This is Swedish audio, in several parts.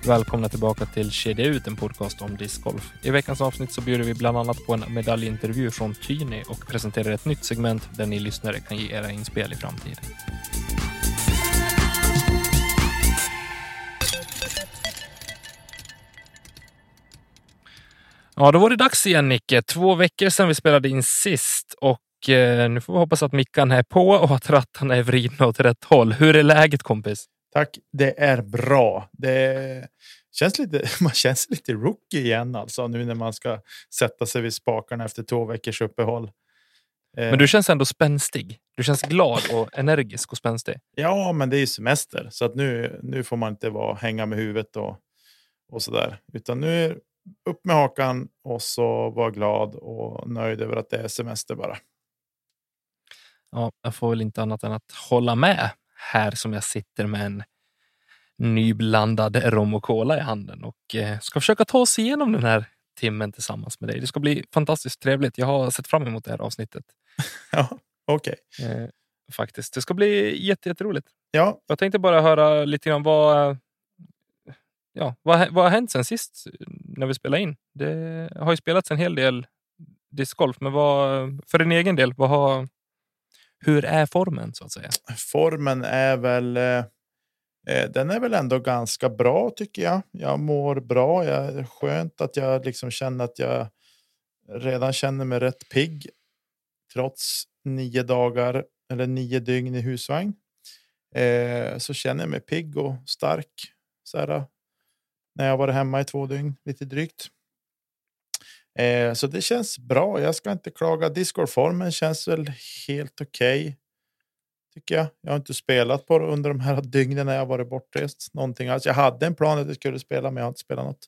Välkomna tillbaka till Kedja ut, en podcast om discgolf. I veckans avsnitt så bjuder vi bland annat på en medaljintervju från Tyni och presenterar ett nytt segment där ni lyssnare kan ge era inspel i framtiden. Ja, då var det dags igen, Nicke. 2 veckor sedan vi spelade in sist och nu får vi hoppas att mickan är på och att rattarna är vridna åt rätt håll. Hur är läget, kompis? Tack, det är bra. Det känns man känns lite rookie igen alltså nu när man ska sätta sig vid spakarna efter 2 veckors uppehåll. Men du känns ändå spänstig. Du känns glad och energisk och spänstig. Ja, men det är ju semester så att nu får man inte hänga med huvudet och sådär. Utan nu är upp med hakan och så vara glad och nöjd över att det är semester bara. Ja, jag får väl inte annat än att hålla med här som jag sitter med en nyblandad rom och cola i handen och ska försöka ta oss igenom den här timmen tillsammans med dig. Det ska bli fantastiskt trevligt. Jag har sett fram emot det här avsnittet. Ja, okej. Faktiskt. Det ska bli jätteroligt. Ja. Jag tänkte bara höra lite grann vad har hänt sen sist när vi spelade in? Det har ju spelats en hel del discgolf, men för din egen del, hur är formen så att säga? Formen är väl den är väl ändå ganska bra tycker jag. Jag mår bra. Det är skönt att jag liksom känner att jag redan känner mig rätt pigg trots 9 dagar eller 9 dygn i husvagn. Så känner jag mig pigg och stark så här, när jag var hemma i 2 dygn lite drygt. Så det känns bra. Jag ska inte klaga. Discgolf-formen känns väl helt okej. Tycker jag. Jag har inte spelat på under de här dygnen när jag varit bortrest. Någonting alls. Jag hade en plan att jag skulle spela, men jag har inte spelat något.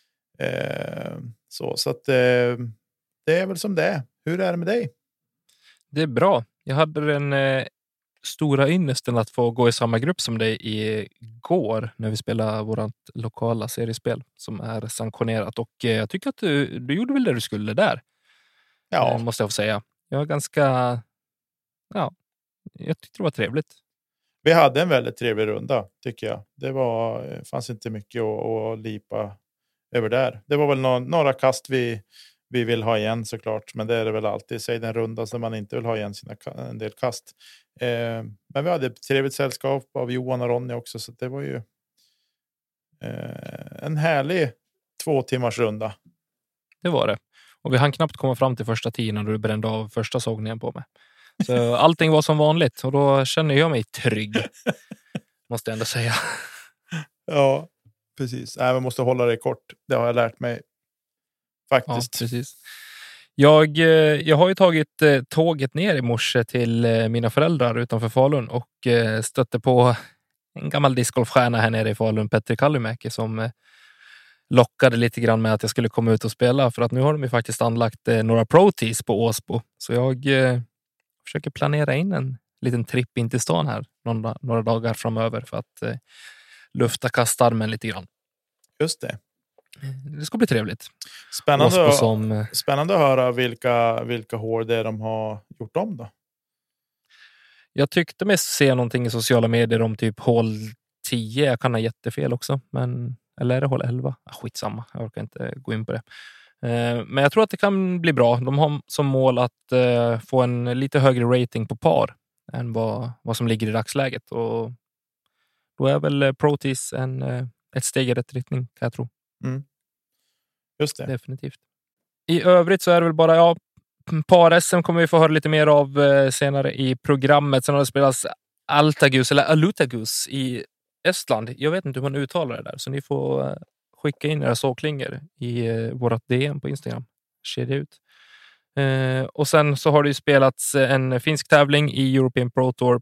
Så att det är väl som det är. Hur är det med dig? Det är bra. Jag hade den stora ynnesten att få gå i samma grupp som dig igår när vi spelade vårt lokala seriespel som är sanktionerat. Och jag tycker att du gjorde väl det du skulle där. Ja. Måste jag få säga. Jag var ganska... Ja, jag tyckte det var trevligt. Vi hade en väldigt trevlig runda tycker jag. Det fanns inte mycket att lipa över där. Det var väl några kast vi vill ha igen såklart. Men det är det väl alltid. Säg den runda som man inte vill ha igen en del kast. Men vi hade ett trevligt sällskap av Johan och Ronny också. Så det var ju en härlig 2 timmars runda. Det var det. Och vi hann knappt komma fram till första 10 när du brände av första sågningen på mig. Så allting var som vanligt. Och då känner jag mig trygg. Måste jag ändå säga. Ja, precis. Man måste hålla det kort. Det har jag lärt mig. Faktiskt. Ja, precis. Jag har ju tagit tåget ner i morse till mina föräldrar utanför Falun och stötte på en gammal discgolfstjärna här nere i Falun, Petri Kallimäki, som lockade lite grann med att jag skulle komma ut och spela, för att nu har de ju faktiskt anlagt några Pro Tees på Åsbo. Så jag försöker planera in en liten tripp in till stan här några dagar framöver för att lufta kastarmen lite grann. Just det. Det ska bli trevligt. Spännande att höra vilka hål det är de har gjort om då. Jag tyckte mig se någonting i sociala medier om typ hål 10. Jag kan ha jättefel också. Eller är det hål 11? Skitsamma, jag orkar inte gå in på det. Men jag tror att det kan bli bra. De har som mål att få en lite högre rating på par än vad som ligger i dagsläget. Och då är väl Pro Tees ett steg i rätt riktning, kan jag tro. Mm. Just det. Definitivt. I övrigt så är det väl bara par-SM kommer vi få höra lite mer av senare i programmet. Sen har det spelats Altagus eller Alutagus i Estland. Jag vet inte hur man uttalar det där, så ni får skicka in era såklingor i vårat DM på Instagram. Kedja ut. Och sen så har det ju spelats en finsk tävling i European Pro Tour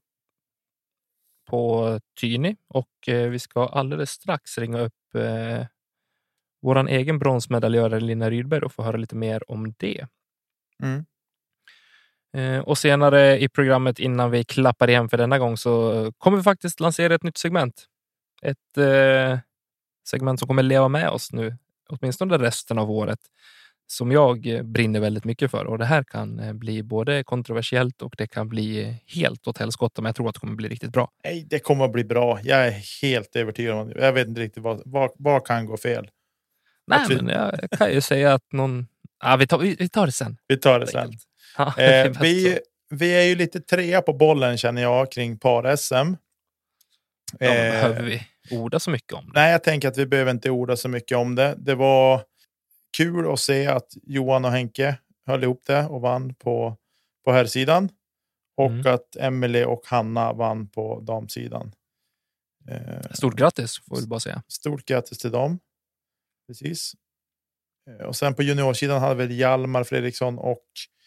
på Tyni och vi ska alldeles strax ringa upp våran egen bronsmedaljör Lina Rydberg och få höra lite mer om det. Mm. Och senare i programmet, innan vi klappar igen för denna gång, så kommer vi faktiskt lansera ett nytt segment. Ett segment som kommer leva med oss nu, åtminstone resten av året. som jag brinner väldigt mycket för. Och det här kan bli både kontroversiellt och det kan bli helt åt helskotta, men jag tror att det kommer bli riktigt bra. Nej, det kommer att bli bra. Jag är helt övertygad om det. Jag vet inte riktigt vad kan gå fel. Nej, men jag kan ju säga att någon... Ja, vi tar det sen. Vi tar det sen. Ja, vi är ju lite trea på bollen känner jag kring par-SM. Ja, men behöver vi orda så mycket om det? Nej, jag tänker att vi behöver inte orda så mycket om det. Det var kul att se att Johan och Henke höll ihop det och vann på herrsidan. Och att Emily och Hanna vann på damsidan. Stort grattis får vi bara säga. Stort grattis till dem. Precis. Och sen på juniorsidan hade vi Hjalmar Fredriksson och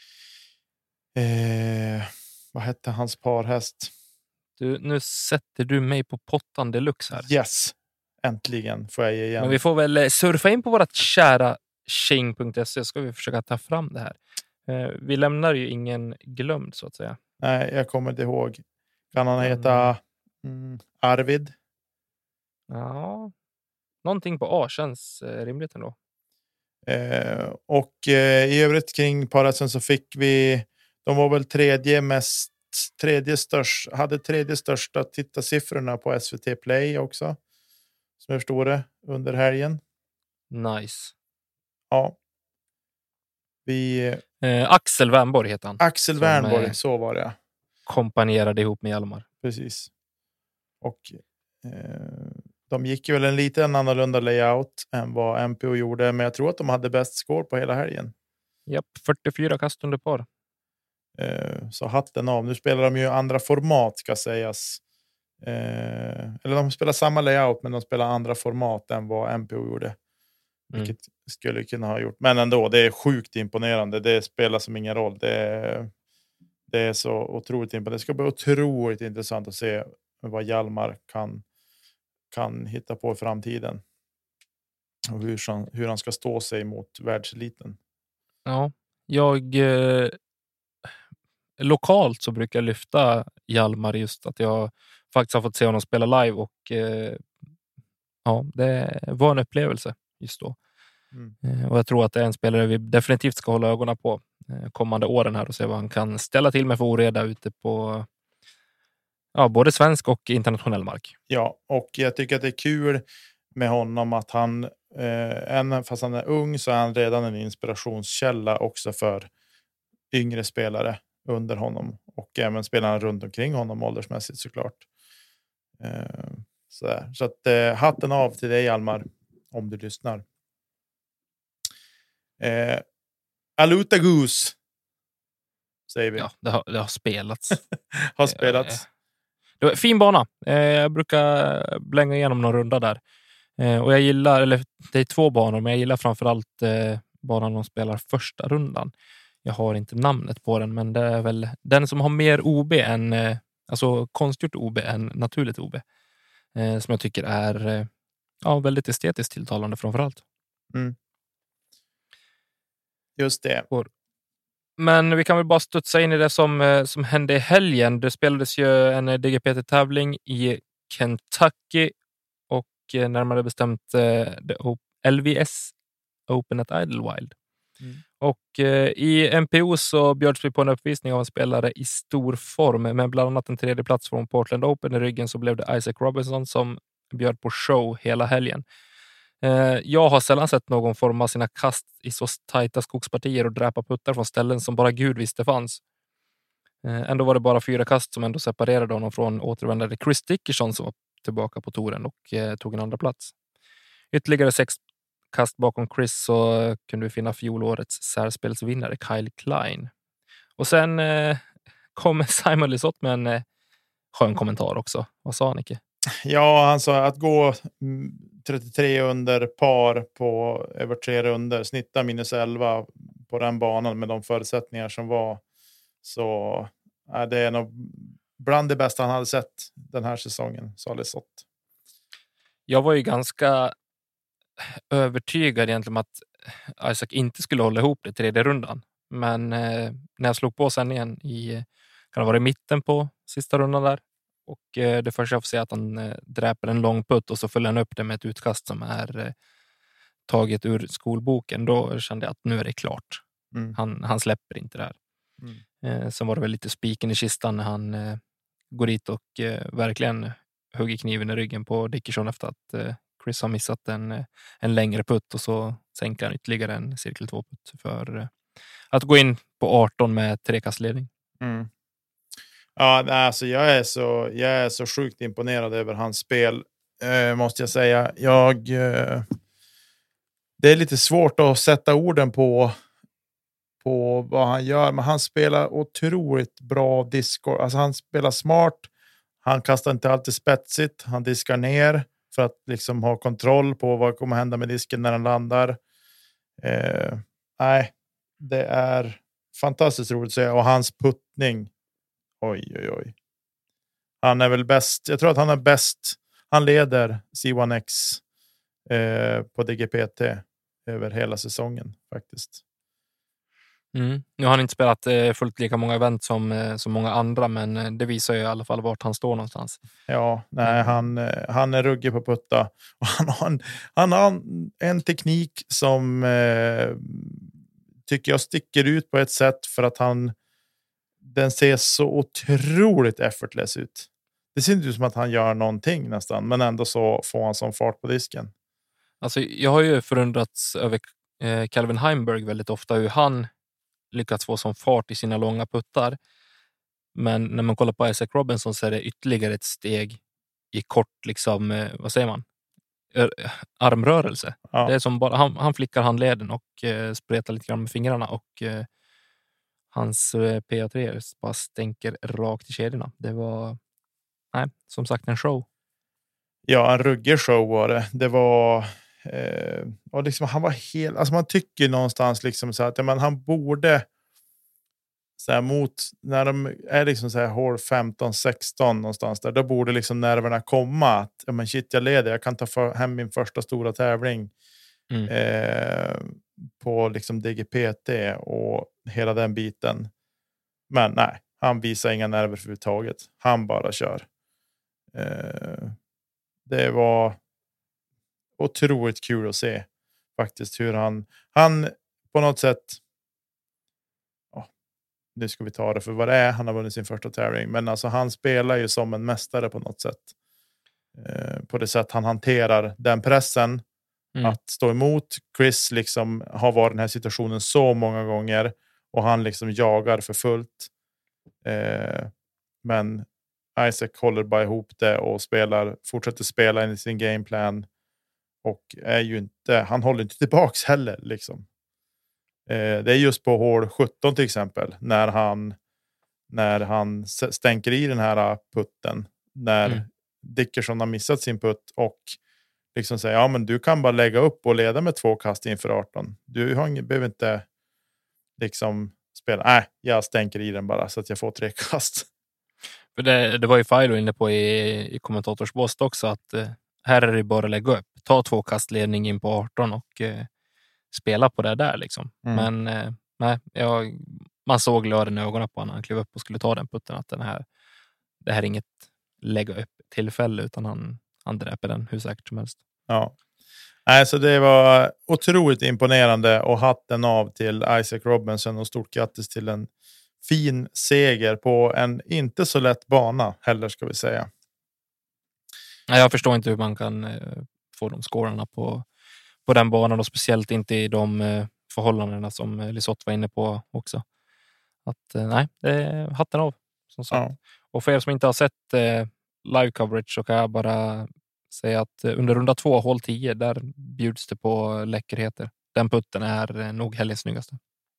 vad hette hans parhäst? Nu sätter du mig på pottan deluxe här. Yes, äntligen får jag ge igen. Men vi får väl surfa in på vårt kära Shing.se, ska vi försöka ta fram det här. Vi lämnar ju ingen glömd så att säga. Nej, jag kommer inte ihåg. Kan han heta Arvid? Ja, någonting på A känns rimligt ändå. Och i övrigt kring parhästen så fick vi, de var väl tredje största tittarsiffrorna på SVT Play också. Som jag förstår det under helgen. Nice. Ja. Axel Wernborg heter han. Axel Wernborg, så var det. Kompanjerade ihop med Hjalmar. Precis. Och de gick ju väl en lite annorlunda layout än vad MPO gjorde. Men jag tror att de hade bäst score på hela helgen. Japp, 44 kast under par. Så hatten av. Nu spelar de ju andra format ska sägas. Eller de spelar samma layout men de spelar andra format än vad MPO gjorde. Vilket skulle kunna ha gjort. Men ändå, det är sjukt imponerande. Det spelar som ingen roll. Det är så otroligt imponerande. Det ska bli otroligt intressant att se vad Hjalmar kan hitta på i framtiden. Och hur han ska stå sig mot världseliten. Ja, lokalt så brukar jag lyfta Hjalmar just att jag faktiskt har fått se honom spela live och ja, det var en upplevelse just då. Och jag tror att det är en spelare vi definitivt ska hålla ögonen på kommande åren här och se vad han kan ställa till med för oreda ute på både svensk och internationell mark. Ja, och jag tycker att det är kul med honom att han fast han är ung så är han redan en inspirationskälla också för yngre spelare under honom och även spelarna runt omkring honom åldersmässigt såklart. Så att hatten av till dig Hjalmar om du lyssnar. Aluta Goose säger vi. Ja, det har spelats. Har spelats. Det var fin bana. Jag brukar blänga igenom någon runda där. Och jag gillar, eller det är 2 banor, men jag gillar framförallt banan de spelar första rundan. Jag har inte namnet på den, men det är väl den som har mer OB än, alltså konstgjort OB än naturligt OB. Som jag tycker är väldigt estetiskt tilltalande framförallt. Just det. Men vi kan väl bara studsa in i det som hände i helgen. Det spelades ju en DGPT-tävling i Kentucky och närmare bestämt LVS Open at Idlewild. Och i MPO så bjöds vi på en uppvisning av en spelare i stor form med bland annat en 3:e plats från Portland Open i ryggen, så blev det Isaac Robinson som bjöd på show hela helgen. Jag har sällan sett någon forma sina kast i så tajta skogspartier och dräpa puttar från ställen som bara Gud visste fanns. Ändå var det bara 4 kast som ändå separerade honom från återvändande Chris Dickerson som var tillbaka på touren och tog en andra plats. Ytterligare 6 kast bakom Chris så kunde vi finna fjolårets särspelsvinnare Kyle Klein. Och sen kom Simon Lisotte med en skön kommentar också. Vad sa han, Nicke? Ja, han sa att gå 33 under par på över 3 runder, snitta -11 på den banan med de förutsättningar som var. Så det är nog bland det bästa han hade sett den här säsongen, sa Lisotte. Jag var ju ganska övertygad egentligen om att Isaac inte skulle hålla ihop det 3:e rundan. Men när jag slog på sen igen kan det vara i mitten på sista rundan där. Och det första jag får se att han dräper en lång putt och så följer han upp det med ett utkast som är taget ur skolboken, då kände jag att nu är det klart. Mm. Han släpper inte det här. Sen var det väl lite spiken i kistan när han går dit och verkligen hugger kniven i ryggen på Dickerson efter att Chris har missat en längre putt, och så sänker han ytterligare en cirkel 2-putt för att gå in på 18 med 3-kastledning. Ja, alltså jag är så sjukt imponerad över hans spel, måste jag säga. Det är lite svårt att sätta orden på vad han gör, men han spelar otroligt bra disco. Alltså han spelar smart. Han kastar inte alltid spetsigt. Han diskar ner för att liksom ha kontroll på vad kommer hända med disken när den landar. Nej, det är fantastiskt roligt att se. Och hans puttning. Oj. Han är väl bäst. Jag tror att han är bäst. Han leder C1X på DGPT över hela säsongen faktiskt. Nu har han inte spelat fullt lika många event som många andra, men det visar ju i alla fall vart han står någonstans. Ja, nej, han är ruggig på putta. Och han har en teknik som tycker jag sticker ut på ett sätt, för att den ser så otroligt effortless ut. Det ser inte ut som att han gör någonting nästan, men ändå så får han sån fart på disken. Alltså, jag har ju förundrats över Calvin Heimberg väldigt ofta, hur han lyckats få sån fart i sina långa puttar. Men när man kollar på Isaac Robinson så är det ytterligare ett steg i kort, liksom, vad säger man? Armrörelse. Ja. Det är som bara, han flickar handleden och spretar lite grann med fingrarna, och hans PA3 bara stänker rakt i kedjorna. Det var, som sagt, en show. Ja, en ruggig show var det. Det var och liksom han var helt, alltså man tycker någonstans liksom så att men han borde så här mot när de är liksom så här hål 15-16 någonstans där, då borde liksom nerverna komma att men shit, jag leder, jag kan ta hem min första stora tävling på liksom DGPT och hela den biten. Men nej, han visar inga nerver överhuvudtaget. Han bara kör. Det var otroligt kul att se faktiskt hur han på något sätt, nu ska vi ta det för vad det är, han har vunnit sin första tävling, men alltså han spelar ju som en mästare på något sätt, på det sätt han hanterar den pressen att stå emot. Chris liksom har varit i den här situationen så många gånger och han liksom jagar för fullt, men Isaac håller bara ihop det och fortsätter spela enligt sin gameplan. Och han håller inte tillbaks heller liksom. Det är just på hål 17 till exempel, när han stänker i den här putten, när Dickerson har missat sin putt och liksom säger, ja men du kan bara lägga upp och leda med 2 kast inför 18. Du behöver inte liksom spela. Nej, jag stänker i den bara så att jag får 3 kast. För det var ju Filo inne på i kommentatorsbåst också, att här är det bara att lägga upp. Ta 2 kastledning in på 18 och spela på det där liksom. Men nej, man såg glöden i ögonen på honom när han klev upp och skulle ta den putten, att det här är inget lägga upp tillfälle, utan han dräper den hur säkert som helst. Ja. Nej, så det var otroligt imponerande, och hatten av till Isaac Robinson och stort grattis till en fin seger på en inte så lätt bana heller, ska vi säga. Jag förstår inte hur man kan få de scorarna på den banan, och speciellt inte i de förhållandena som Lisotte var inne på också. Att nej, det är hatten av som sagt. Ja. Och för er som inte har sett live coverage så kan jag bara säga att under runda 2, hål 10, där bjuds det på läckerheter. Den putten är nog helgens snyggaste.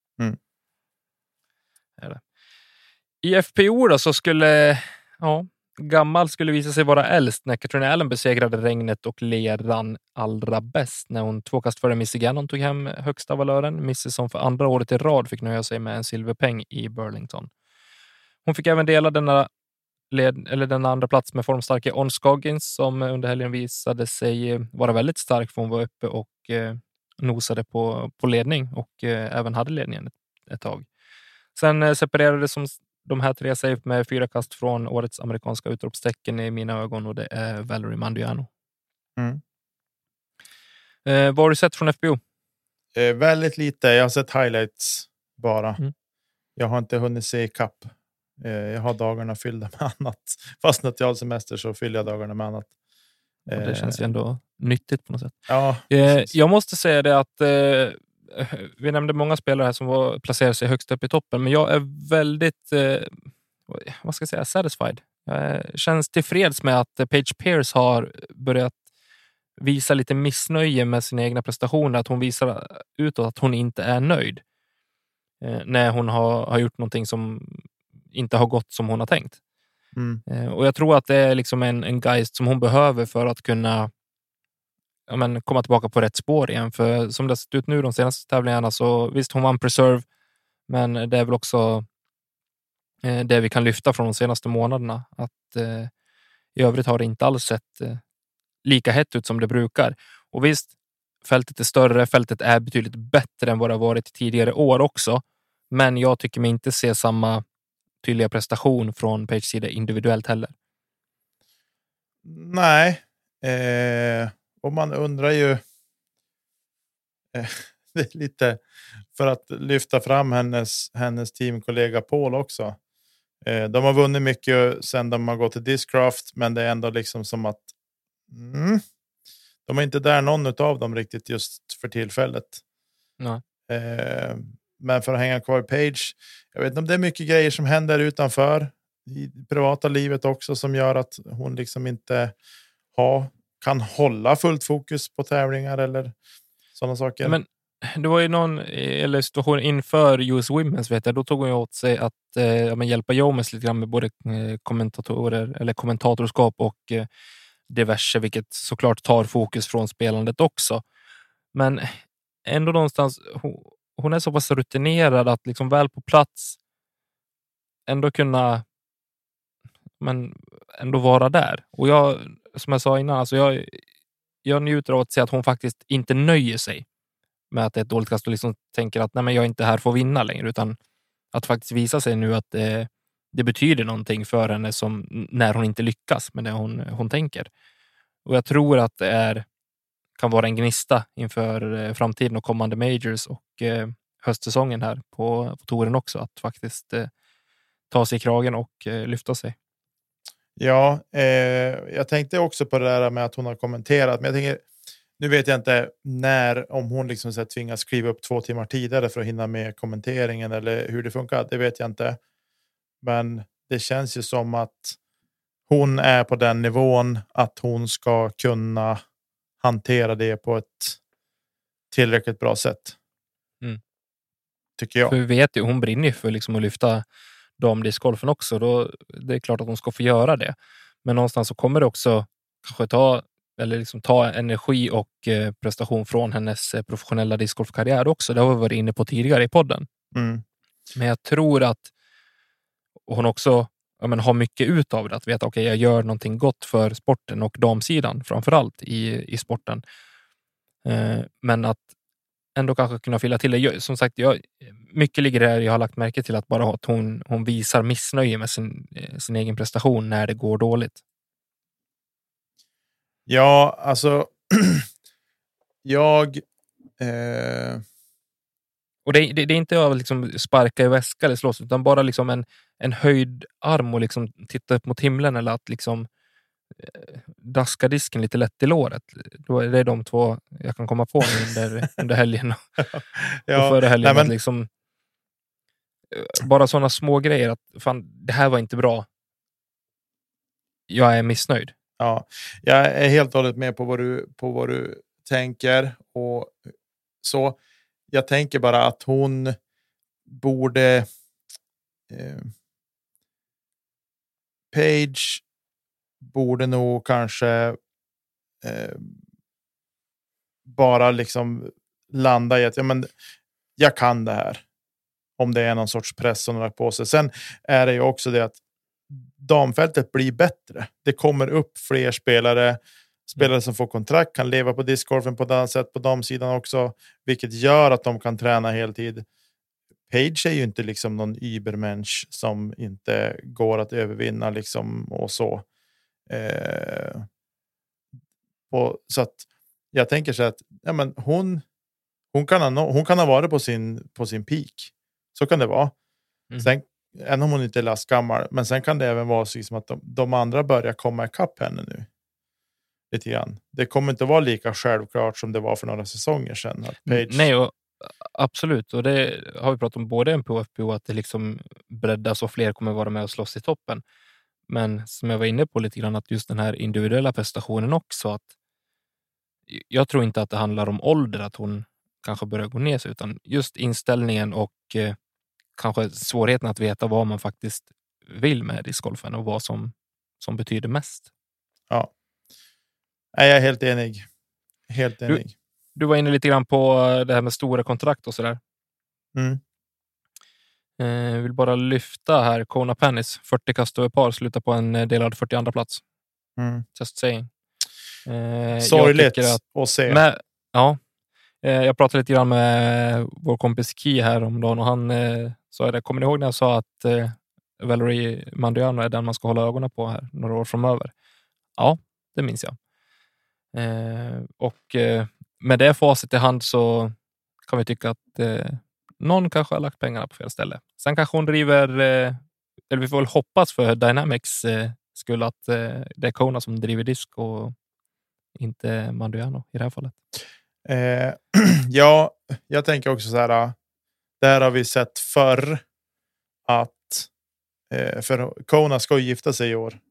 Är det. I FPO då så skulle gammal skulle visa sig vara äldst när Katrina Allen besegrade regnet och leran allra bäst när hon 2 kast före Missy Gannon tog hem högsta valören. Missy som för andra året i rad fick nöja sig med en silverpeng i Burlington. Hon fick även dela den andra plats med formstarke On Scoggins, som under helgen visade sig vara väldigt stark, för hon var uppe och nosade på ledning och även hade ledningen ett tag. Sen separerade som de här 3 sig med 4 kast från årets amerikanska utropstecken i mina ögon, och det är Valerie Mandiano. Vad har du sett från FBO? Väldigt lite. Jag har sett highlights bara. Mm. Jag har inte hunnit se ikapp. Jag har dagarna fyllda med annat. Fast att jag har semester så fyller jag dagarna med annat. Ja, det känns ju ändå nyttigt på något sätt. Ja, jag måste säga det att vi nämnde många spelare här som placerar sig högst upp i toppen, men jag är väldigt vad ska jag säga, satisfied. Jag känns tillfreds med att Paige Pierce har börjat visa lite missnöje med sina egna prestationer, att hon visar utåt att hon inte är nöjd när hon har gjort någonting som inte har gått som hon har tänkt. Och jag tror att det är liksom en geist som hon behöver för att kunna komma tillbaka på rätt spår igen. För som det har sett ut nu de senaste tävlingarna, så visst, hon vann Preserve, men det är väl också det vi kan lyfta från de senaste månaderna, att i övrigt har det inte alls sett lika hett ut som det brukar. Och visst, fältet är större, fältet är betydligt bättre än vad det har varit tidigare år också, men jag tycker mig inte se samma tydliga prestation från Paige sida individuellt heller. Nej, och man undrar ju det är lite för att lyfta fram hennes teamkollega Paul också. De har vunnit mycket sedan de har gått till Discraft, men det är ändå liksom som att de är inte där någon av dem riktigt just för tillfället. Nej. Men för att hänga kvar i Paige, jag vet inte om det är mycket grejer som händer utanför i privata livet också som gör att hon liksom inte kan hålla fullt fokus på tävlingar eller sådana saker. Men det var ju någon situation inför US Women's, vet jag, då tog hon åt sig att hjälpa Jomes lite grann med både kommentatorskap och diverse, vilket såklart tar fokus från spelandet också. Men ändå någonstans, hon är så pass rutinerad att liksom väl på plats ändå kunna ändå vara där. Och jag, som jag sa innan, alltså jag njuter av att se att hon faktiskt inte nöjer sig med att det är ett dåligt kast och liksom tänker att nej, men jag är inte här för att vinna längre, utan att faktiskt visa sig nu att det betyder någonting för henne som när hon inte lyckas med det hon tänker. Och jag tror att det kan vara en gnista inför framtiden och kommande majors och höstsäsongen här på touren också, att faktiskt ta sig i kragen och lyfta sig. Ja, jag tänkte också på det där med att hon har kommenterat, men jag tänker, nu vet jag inte om hon liksom så här tvingas skriva upp 2 timmar tidigare för att hinna med kommenteringen eller hur det funkar, det vet jag inte. Men det känns ju som att hon är på den nivån att hon ska kunna hantera det på ett tillräckligt bra sätt. Tycker jag. För vi vet ju, hon brinner för liksom att lyfta damdiscgolfen också. Då, det är klart att hon ska få göra det. Men någonstans så kommer det också kanske ta energi och prestation från hennes professionella discgolfkarriär också. Det har vi varit inne på tidigare i podden. Men jag tror att hon också har mycket ut av det. Att veta, okej, jag gör någonting gott för sporten och damsidan framförallt i sporten. Men att ändå kanske kunna fylla till det. Som sagt, mycket ligger där. Jag har lagt märke till att bara att hon visar missnöje med sin egen prestation när det går dåligt. Ja, alltså och det är inte av liksom sparka i väska eller slåss, utan bara liksom en höjd arm och liksom titta upp mot himlen, eller att liksom daska disken lite lätt i låret. Det är de 2 jag kan komma på under helgen och förra helgen. Att liksom, bara sådana små grejer att fan, det här var inte bra. Jag är missnöjd. Ja, jag är helt och hållet med på vad du tänker och så. Jag tänker bara att hon borde Paige borde nog kanske bara liksom landa i att jag kan det här. Om det är någon sorts press som lagt på sig. Sen är det ju också det att damfältet blir bättre. Det kommer upp fler spelare som får kontrakt, kan leva på discgolfen på ett annat sätt på damsidan också, vilket gör att de kan träna heltid. Paige är ju inte liksom någon übermensch som inte går att övervinna liksom och så. Så att jag tänker så att men hon kan ha varit på sin peak. Så kan det vara. Sen, än om hon inte är lastgammal. Men sen kan det även vara så som att de andra börjar komma ikapp henne nu. Lite grann. Det kommer inte vara lika självklart som det var för några säsonger sedan. Att Page... Nej, absolut. Och det har vi pratat om både en PFPO att det liksom breddas och fler kommer vara med och slåss i toppen. Men som jag var inne på lite grann att just den här individuella prestationen också, att jag tror inte att det handlar om ålder att hon kanske börjar gå ner sig, utan just inställningen och kanske svårigheten att veta vad man faktiskt vill med discgolfen och vad som betyder mest. Ja, jag är helt enig. Helt enig. Du var inne lite grann på det här med stora kontrakt och sådär. Vill bara lyfta här. Kona Pennis, 40 kast över par, slutar på en delad 42 plats. Just saying. Sorgligt att se. Jag pratade lite grann med vår kompis Ki här om dagen och han sa det. Kommer ni ihåg när jag sa att Valerie Mandiano är den man ska hålla ögonen på här några år framöver? Ja, det minns jag. Och med det facit i hand så kan vi tycka att någon kanske har lagt pengarna på fel ställe. Sen kanske hon driver, eller vi får väl hoppas för Dynamics skull att det är Kona som driver disk och inte Mandiano i det här fallet. Ja, jag tänker också så här. Där har vi sett förr att för Kona ska gifta sig i år.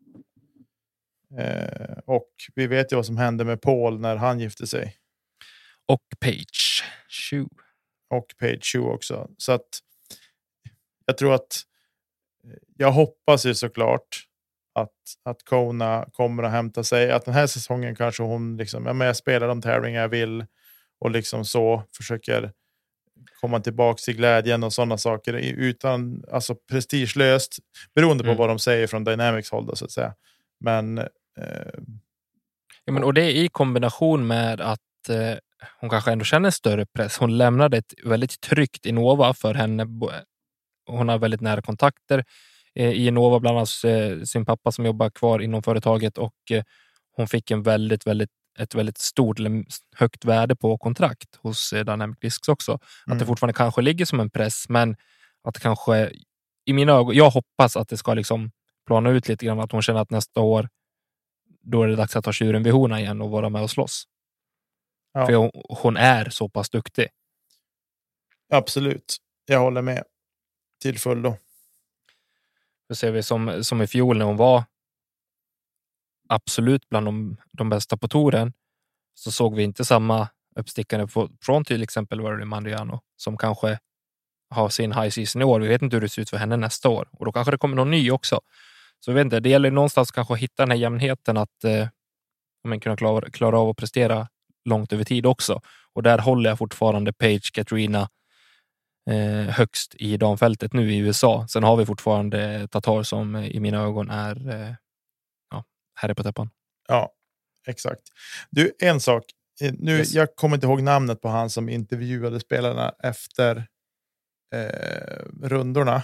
Och vi vet ju vad som hände med Paul när han gifte sig. Och Page Chu. Och Page Chu också. Så att jag tror att jag hoppas ju såklart att Kona kommer att hämta sig. Att den här säsongen kanske hon liksom, jag spelar de tävlingar jag vill och liksom så försöker komma tillbaka till glädjen och sådana saker utan, alltså prestigelöst, beroende på vad de säger från Dynamics håll då, så att säga. Men och det är i kombination med att hon kanske ändå känner större press. Hon lämnade ett väldigt tryggt Innova för henne. Hon har väldigt nära kontakter i Innova, bland annat sin pappa som jobbar kvar inom företaget, och hon fick ett väldigt stort eller högt värde på kontrakt hos Dynamic Discs också. Att det fortfarande kanske ligger som en press, men att kanske i mina ögon, jag hoppas att det ska liksom plana ut lite grann, att hon känner att nästa år då är det dags att ta tjuren vid horna igen och vara med och slåss. Ja. För hon är så pass duktig. Absolut. Jag håller med. Till fullo. Då ser vi som i fjol när hon var absolut bland de bästa på touren, så såg vi inte samma uppstickande från till exempel Valerie Mandiano som kanske har sin high season i år. Vi vet inte hur det ser ut för henne nästa år. Och då kanske det kommer någon ny också. Så jag vet inte, det gäller någonstans kanske att hitta den här jämnheten att kunna klara av att prestera långt över tid också. Och där håller jag fortfarande Page, Katrina högst i damfältet nu i USA. Sen har vi fortfarande Tatar som i mina ögon är herre på täppan. Ja, exakt. Du, en sak. Nu, yes. Jag kommer inte ihåg namnet på han som intervjuade spelarna efter rundorna.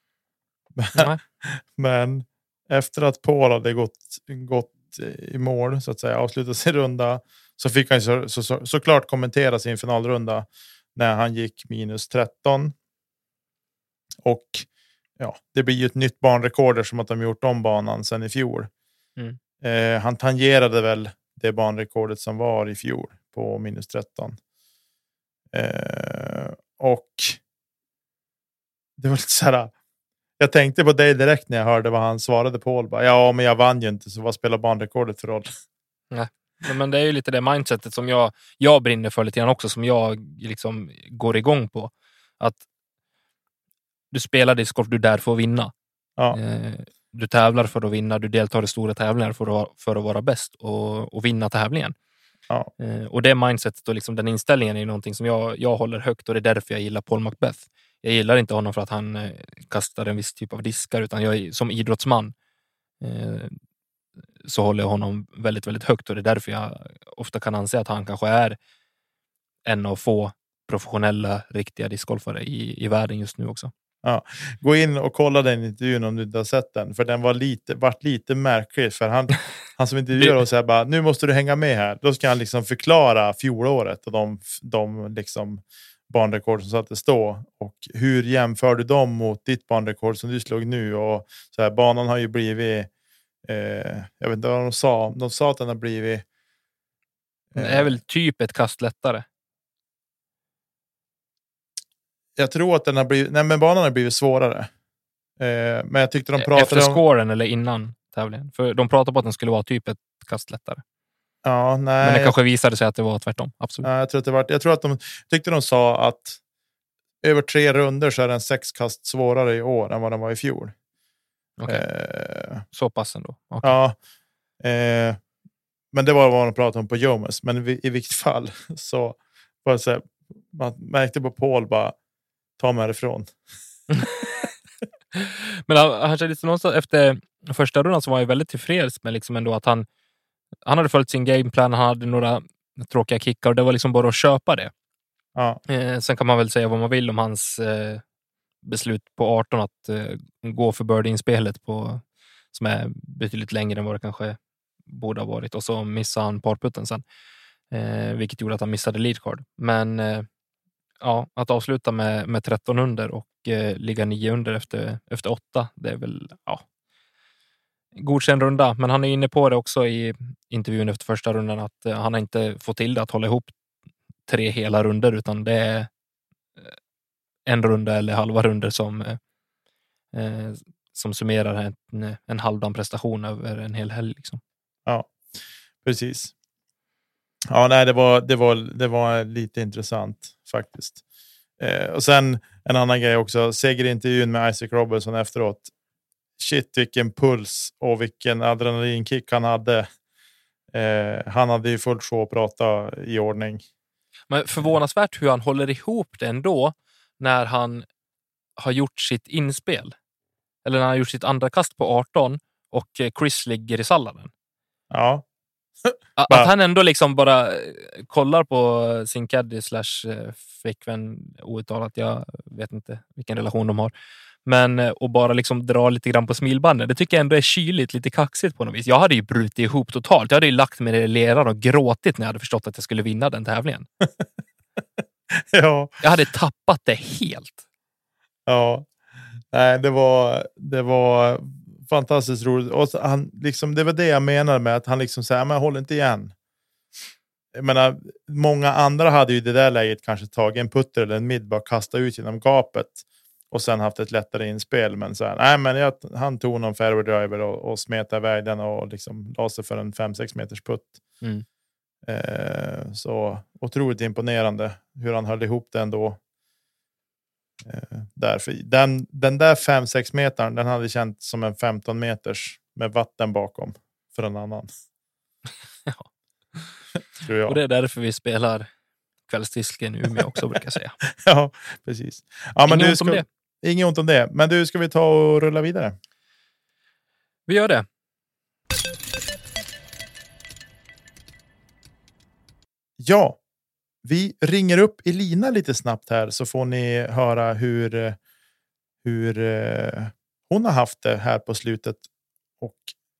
Men efter att Paul hade gått i mål, så att säga, avslutat sin runda, så fick han såklart kommentera sin finalrunda när han gick minus 13. Och ja, det blir ju ett nytt banrekord som att de gjort om banan sedan i fjol. Han tangerade väl det banrekordet som var i fjol på minus 13. Och det var lite så här. Jag tänkte på dig direkt när jag hörde vad han svarade på. Ja, men jag vann ju inte, så vad spelar banrekordet för roll? Nej, men det är ju lite det mindsetet som jag brinner för lite grann också, som jag liksom går igång på. Att du spelar discgolf, du är där för att vinna. Ja. Du tävlar för att vinna, du deltar i stora tävlingar för att vara bäst och vinna tävlingen. Ja. Och det mindsetet och liksom den inställningen är någonting som jag håller högt, och det är därför jag gillar Paul McBeth. Jag gillar inte honom för att han kastar en viss typ av diskar, utan jag som idrottsman så håller jag honom väldigt, väldigt högt, och det är därför jag ofta kan anse att han kanske är en av få professionella, riktiga discgolfare i världen just nu också. Ja, gå in och kolla den intervjun om du inte har sett den, för den vart lite märklig, för Han som intervjuar och säger bara, nu måste du hänga med här. Då ska han liksom förklara fjolåret och de liksom banrekord som sattes då. Och hur jämför du dem mot ditt banrekord som du slog nu? Och så här, banan har ju blivit, jag vet inte vad de sa. De sa att den har blivit... Det är väl typ ett kast lättare. Jag tror att den har blivit... Nej, men banan har blivit svårare. Men jag tyckte de pratade efter scoren eller innan tävlingen. För de pratade på att den skulle vara typ ett kast lättare. Ja, nej. Men det kanske visade sig att det var tvärtom. Absolut. Ja, jag tror att de tyckte de sa att över 3 runder så är den 6 kast svårare i år än vad den var i fjol. Okay. Så pass ändå. Okay. Ja. Men det var vad de pratade om på Jomas. Men i vilket fall så var det så här, man märkte på Paul bara, ta mig härifrån. Men han kände lite någonstans efter första rundan så var jag väldigt tillfreds med liksom ändå att han hade följt sin gameplan, han hade några tråkiga kickar och det var liksom bara att köpa det. Ja. Sen kan man väl säga vad man vill om hans beslut på 18 att gå för birdie-inspelet som är betydligt längre än vad det kanske borde ha varit, och så missade han parputten sen. Vilket gjorde att han missade leadcard. Men ja, att avsluta med 13 under och ligga 9 under efter 8, det är väl godkänd runda. Men han är inne på det också i intervjun efter första rundan att han har inte fått till det att hålla ihop 3 hela runder, utan det är en runda eller halva runder som summerar en halvdan prestation över en hel helg liksom. Ja, precis. Ja, nej, det var lite intressant faktiskt. Och sen en annan grej också, segerintervjun med Isaac Robertson efteråt. Shit, vilken puls och vilken adrenalinkick han hade. Han hade ju fullt sjå att prata i ordning. Men förvånansvärt hur han håller ihop det ändå när han har gjort sitt inspel. Eller när han har gjort sitt andra kast på 18 och Chris ligger i salladen. Ja. Att han ändå liksom bara kollar på sin caddy / flickvän, outtalat, jag vet inte vilken relation de har. Men och bara liksom dra lite grann på smilbanden. Det tycker jag ändå är kyligt, lite kaxigt på något vis. Jag hade ju brutit ihop totalt. Jag hade ju lagt mig i leran och gråtit när jag hade förstått att jag skulle vinna den tävlingen. Ja. Jag hade tappat det helt. Ja. Nej, det var fantastiskt roligt. Och han liksom, det var det jag menade med att han liksom säger, men håll inte igen. Jag menar, många andra hade ju i det där läget kanske tagit en putter eller en mid, bara kasta ut genom gapet och sen haft ett lättare inspel. Men så här, nej, men han tog någon fairway driver och smetade iväg den och liksom la sig för en 5-6 meters putt. Så otroligt imponerande hur han höll ihop det ändå. Därför den där 5-6 metern, den hade känts som en 15 meters med vatten bakom för en annan. Ja. Tror jag. Och det är därför vi spelar kvällsdisken i Umeå också, brukar jag säga. Ja, precis. Ja, men Inget ont om det. Men du, ska vi ta och rulla vidare? Vi gör det. Ja. Vi ringer upp Elina lite snabbt här så får ni höra hur hon har haft det här på slutet och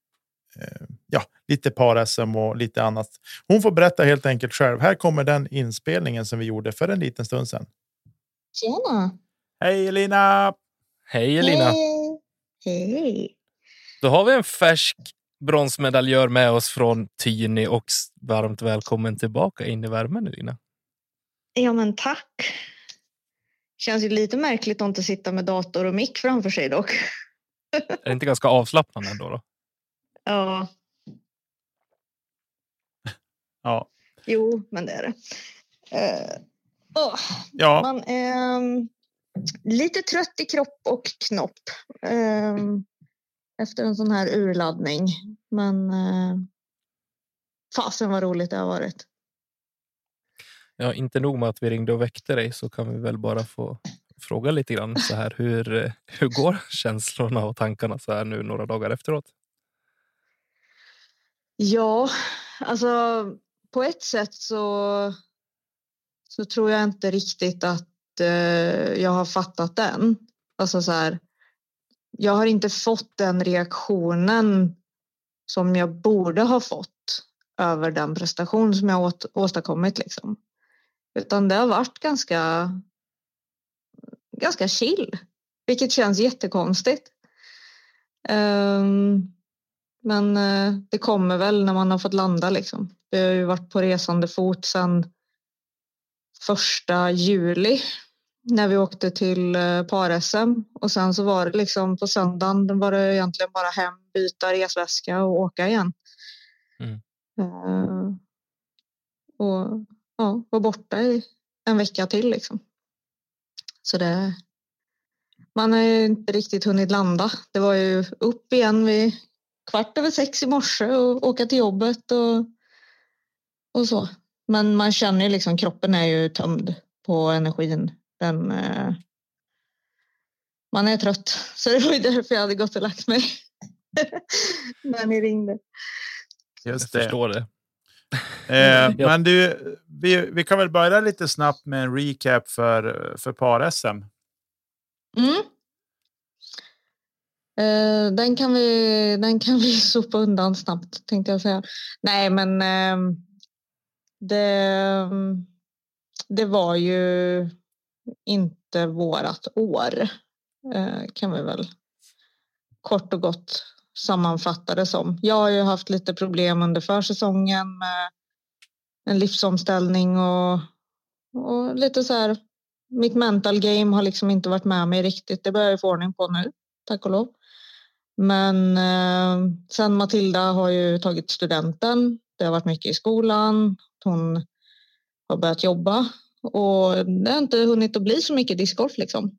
lite par-SM och lite annat. Hon får berätta helt enkelt själv. Här kommer den inspelningen som vi gjorde för en liten stund sedan. Tjena! Hej Elina! Hej Elina! Hej! Då har vi en färsk bronsmedaljör med oss från Tyni och varmt välkommen tillbaka in i värmen, Elina. Ja, men tack. Känns ju lite märkligt att inte sitta med dator och mick framför sig dock. Är det inte ganska avslappnande ändå då? Ja. Ja. Jo, men det är det. Ja. Man är lite trött i kropp och knopp. Efter en sån här urladdning. Men fasen vad roligt det har varit. Ja, inte nog med att vi ringde och väckte dig, så kan vi väl bara få fråga lite grann så här. Hur går känslorna och tankarna så här nu några dagar efteråt? Ja, alltså på ett sätt så tror jag inte riktigt att jag har fattat den. Alltså så här, jag har inte fått den reaktionen som jag borde ha fått över den prestation som jag åstadkommit liksom. Utan det har varit ganska chill, vilket känns jättekonstigt. Men det kommer väl när man har fått landa liksom. Vi har ju varit på resande fot sedan 1 juli när vi åkte till par-SM, och sen så var det liksom på söndagen var det egentligen bara hem, byta resväska och åka igen. Och var borta i en vecka till liksom. Så man har ju inte riktigt hunnit landa. Det var ju upp igen vid 6:15 i morse och åka till jobbet och så. Men man känner ju liksom, kroppen är ju tömd på energin. Man är trött. Så det var ju därför jag hade gått och lagt mig. När ni ringde. Just det. Jag förstår det. Men vi kan väl börja lite snabbt med en recap för par-SM. Den kan vi sopa undan snabbt, tänkte jag säga. Nej, men det var ju inte vårat år, kan vi väl kort och gott sammanfatta det som. Jag har ju haft lite problem under försäsongen med en livsomställning och lite så här, mitt mental game har liksom inte varit med mig riktigt. Det börjar jag få ordning på nu, tack och lov. Men sen Matilda har ju tagit studenten. Det har varit mycket i skolan. Hon har börjat jobba. Och det har inte hunnit att bli så mycket discgolf liksom.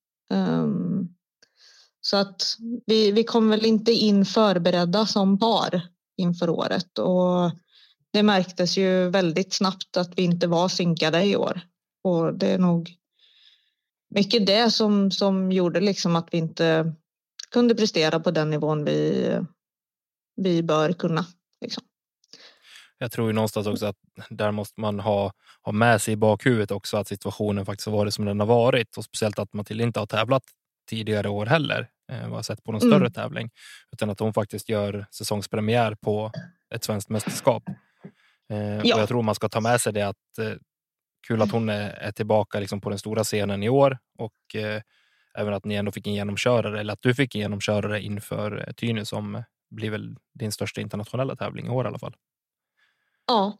Så att vi kom väl inte in förberedda som par inför året. Och det märktes ju väldigt snabbt att vi inte var synkade i år. Och det är nog mycket det som gjorde liksom att vi inte kunde prestera på den nivån vi bör kunna. Liksom. Jag tror ju någonstans också att där måste man ha med sig i bakhuvudet också att situationen faktiskt har varit som den har varit. Och speciellt att Matilda inte har tävlat tidigare år heller. Vad jag sett på någon större tävling. Utan att hon faktiskt gör säsongspremiär på ett svenskt mästerskap. Och jag tror man ska ta med sig det att kul att hon är tillbaka liksom på den stora scenen i år. Och även att ni ändå fick en genomkörare. Eller att du fick en genomkörare inför Tyne som blir väl din största internationella tävling i år i alla fall. Ja,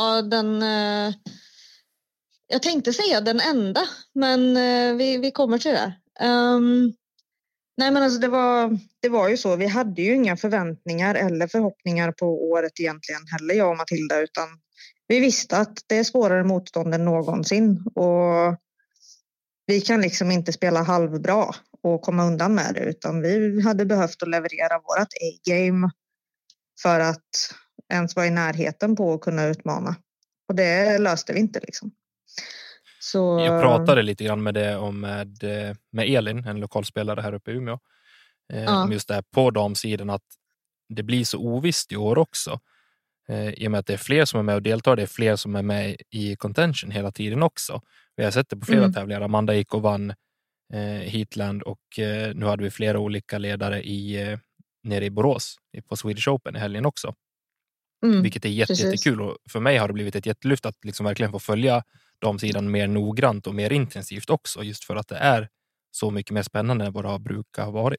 jag tänkte säga den enda, men vi kommer till det. Nej, men alltså det var ju så, vi hade ju inga förväntningar eller förhoppningar på året egentligen heller, jag och Matilda, utan vi visste att det är svårare motstånd än någonsin och vi kan liksom inte spela halvbra och komma undan med det, utan vi hade behövt att leverera vårat A-game för att ens vara i närheten på att kunna utmana. Och det löste vi inte liksom. Så... Jag pratade lite grann med det med Elin, en lokalspelare här uppe i Umeå. Om just det här på damsidan att det blir så ovisst i år också. I och med att det är fler som är med och deltar, det är fler som är med i contention hela tiden också. Vi har sett det på flera tävlingar. Amanda gick och vann Heatland och nu hade vi flera olika ledare nere i Borås på Swedish Open i helgen också. Vilket är jättekul och för mig har det blivit ett jättelyft att liksom verkligen få följa damsidan mer noggrant och mer intensivt också, just för att det är så mycket mer spännande än vad det brukar ha varit.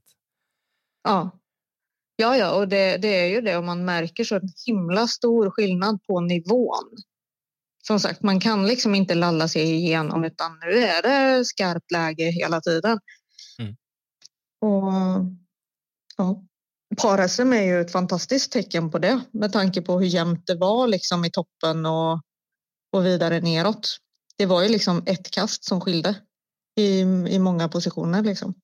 Ja, och det är ju det, och man märker så himla stor skillnad på nivån. Som sagt, man kan liksom inte lalla sig igenom, utan nu är det skarpt läge hela tiden. Och ja, par-SM är ju ett fantastiskt tecken på det, med tanke på hur jämnt det var liksom i toppen och vidare neråt. Det var ju liksom ett kast som skilde i många positioner liksom.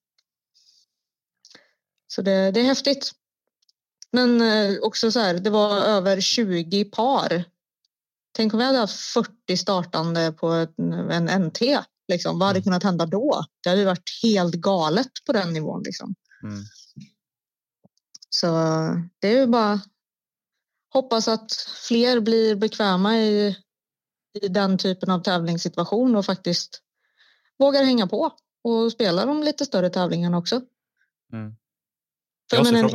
Så det är häftigt. Men också så här, det var över 20 par. Tänk om vi hade haft 40 startande på en NT. Liksom. Vad hade kunnat hända då? Det hade varit helt galet på den nivån. Liksom. Så det är ju bara hoppas att fler blir bekväma i den typen av tävlingssituation och faktiskt vågar hänga på och spela de lite större tävlingarna också. För men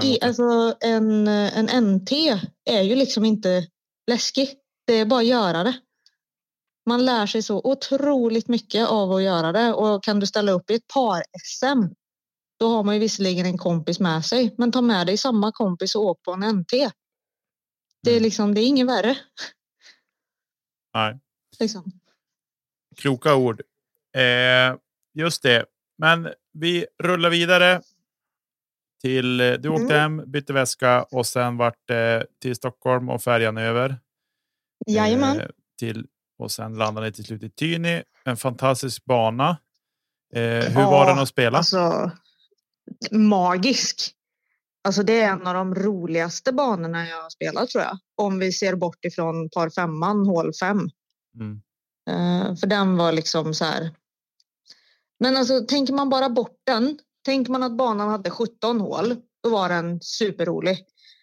en NT är ju liksom inte läskig. Det är bara att göra det. Man lär sig så otroligt mycket av att göra det. Och kan du ställa upp i ett par-SM, då har man ju visserligen en kompis med sig. Men ta med dig samma kompis och åk på en NT. Det är liksom, det är inget värre. Nej. Liksom. Kloka ord. Just det. Men vi rullar vidare till, du åkte hem, bytte väska och sen vart till Stockholm och färjan över. Jajamän. Och sen landade ni till slut i Tyni. En fantastisk bana. Hur var den att spela? Alltså, magisk. Alltså det är en av de roligaste banorna jag har spelat, tror jag. Om vi ser bort ifrån par 5:an, hål 5. För den var liksom så här. Men alltså, tänker man bara bort den. Tänker man att banan hade 17 hål. Då var den superrolig.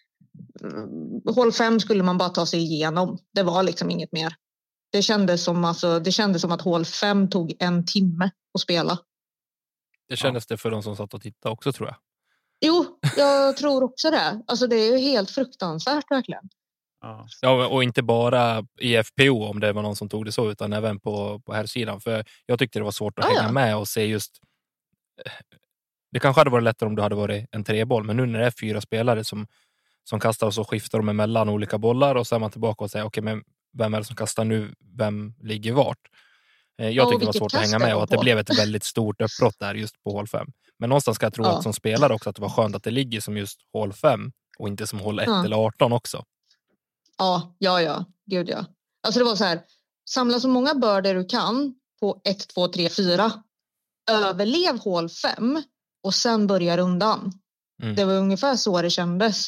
Hål 5 skulle man bara ta sig igenom. Det var liksom inget mer. Det kändes som att hål 5 tog 1 timme att spela. Det kändes det för de som satt och tittade också, tror jag. Jo, jag tror också det. Alltså det är ju helt fruktansvärt verkligen. Ja, och inte bara i FPO om det var någon som tog det så, utan även på här sidan. För jag tyckte det var svårt att hänga med och se just... Det kanske hade varit lättare om det hade varit en 3-boll, men nu när det är 4 spelare som kastar och så skiftar de emellan olika bollar och så är man tillbaka och säger okej, men vem är det som kastar nu? Vem ligger vart? Jag tyckte det var svårt att hänga med och att det blev ett väldigt stort uppbrott där just på hål 5. Men någonstans ska jag tro att som spelare också att det var skönt att det ligger som just hål 5 och inte som hål 1 eller 18 också. Ja. Gud ja. Alltså det var så här, samla så många börder du kan på 1, 2, 3, 4. Överlev hål 5 och sen börja rundan. Det var ungefär så det kändes.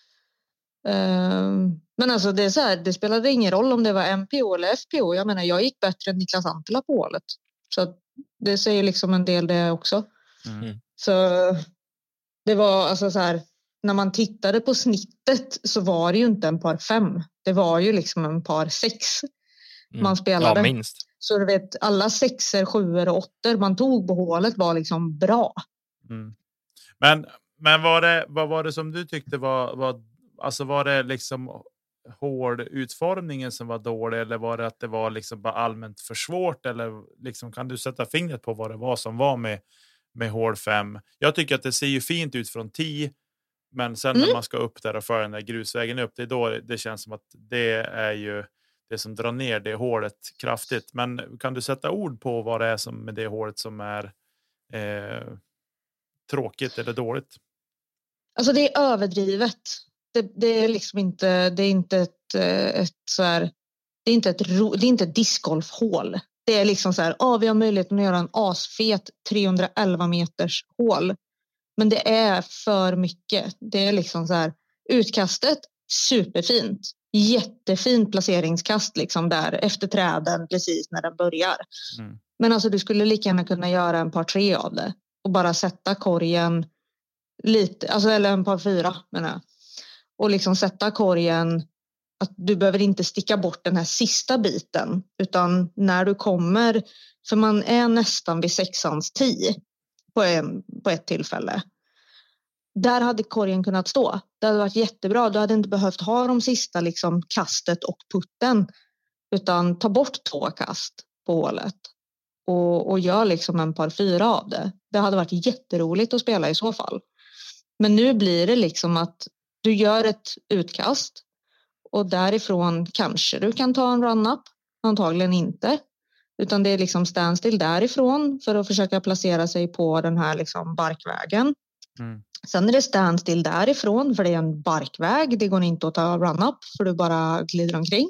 Men alltså det är så här, det spelade ingen roll om det var MPO eller FPO. Jag menar, jag gick bättre än Niklas Antila på hålet. Så det säger liksom en del det också. Så det var alltså så här, när man tittade på snittet så var det ju inte en par 5. Det var ju liksom en par 6 man spelade. Ja, minst. Så du vet, alla 6er, 7er och 8er man tog på hålet var liksom bra. Men vad var det som du tyckte var det liksom hårdutformningen som var dålig, eller var det att det var liksom bara allmänt för svårt, eller liksom, kan du sätta fingret på vad det var som var med hål 5? Jag tycker att det ser ju fint ut från 10, men sen när man ska upp där och föra den där grusvägen upp, det är då det känns som att det är ju det som drar ner det hålet kraftigt. Men kan du sätta ord på vad det är som med det hålet som är tråkigt eller dåligt? Alltså det är överdrivet. Det är liksom inte, det är inte ett så här, det är inte ett discgolfhål. Det är liksom så här, vi har möjligheten att göra en asfet 311 meters hål. Men det är för mycket. Det är liksom så här, utkastet superfint. Jättefint placeringskast liksom där efter träden precis när den börjar. Men alltså du skulle lika gärna kunna göra en par 3 av det och bara sätta korgen lite, alltså eller en par 4 menar jag. Och liksom sätta korgen att du behöver inte sticka bort den här sista biten, utan när du kommer, för man är nästan vid 6ans 10 på ett tillfälle. Där hade korgen kunnat stå. Det hade varit jättebra. Du hade inte behövt ha de sista liksom kastet och putten, utan ta bort 2 kast på hålet och gör liksom en par 4 av det. Det hade varit jätteroligt att spela i så fall. Men nu blir det liksom att du gör ett utkast och därifrån kanske du kan ta en run-up. Antagligen inte. Utan det är liksom standstill därifrån för att försöka placera sig på den här liksom barkvägen. Sen är det standstill därifrån för det är en barkväg. Det går inte att ta run-up för du bara glider omkring.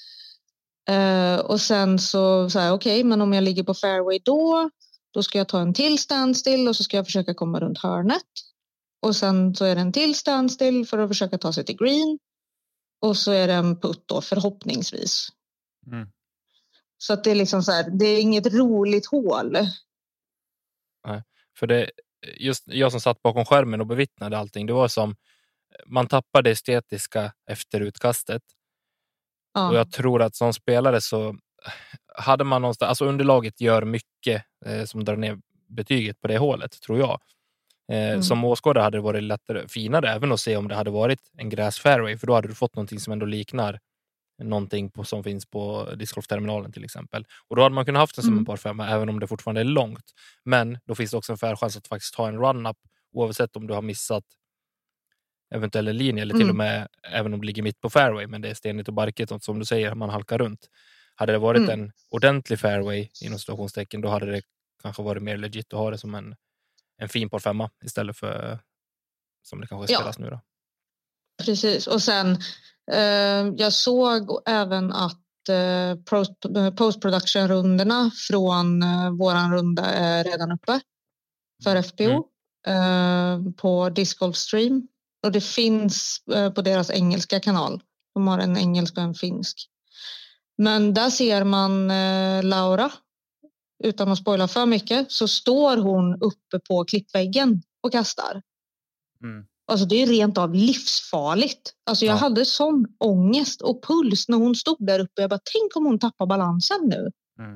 Och sen så säger jag okej, men om jag ligger på fairway då ska jag ta en till standstill och så ska jag försöka komma runt hörnet. Och sen så är det en till standstill för att försöka ta sig till green. Och så är det en putt då förhoppningsvis. Så att det är liksom så här, det är inget roligt hål. Nej, för det just jag som satt bakom skärmen och bevittnade allting, det var som man tappade det estetiska efter utkastet. Och jag tror att som spelare så hade man någonstans, alltså underlaget gör mycket som drar ner betyget på det hålet, tror jag. Som åskådare hade det varit lättare, finare även att se om det hade varit en gräsfairway, för då hade du fått någonting som ändå liknar någonting som finns på discgolfterminalen till exempel. Och då hade man kunnat haft det som en par femma även om det fortfarande är långt. Men då finns det också en fair chans att faktiskt ta en run-up oavsett om du har missat eventuella linjer eller till och med även om det ligger mitt på fairway men det är stenigt och barkigt och som du säger man halkar runt. Hade det varit en ordentlig fairway inom situationstecken då hade det kanske varit mer legit att ha det som en fin par femma istället för som det kanske spelas nu då. Precis, och sen jag såg även att post-production-rundorna från våran runda är redan uppe för FPO på Disc Golf Stream. Och det finns på deras engelska kanal. De har en engelsk och en finsk. Men där ser man Laura, utan att spoila för mycket, så står hon uppe på klippväggen och kastar. Alltså det är rent av livsfarligt. Alltså jag hade sån ångest och puls när hon stod där uppe. Jag bara, tänk om hon tappar balansen nu.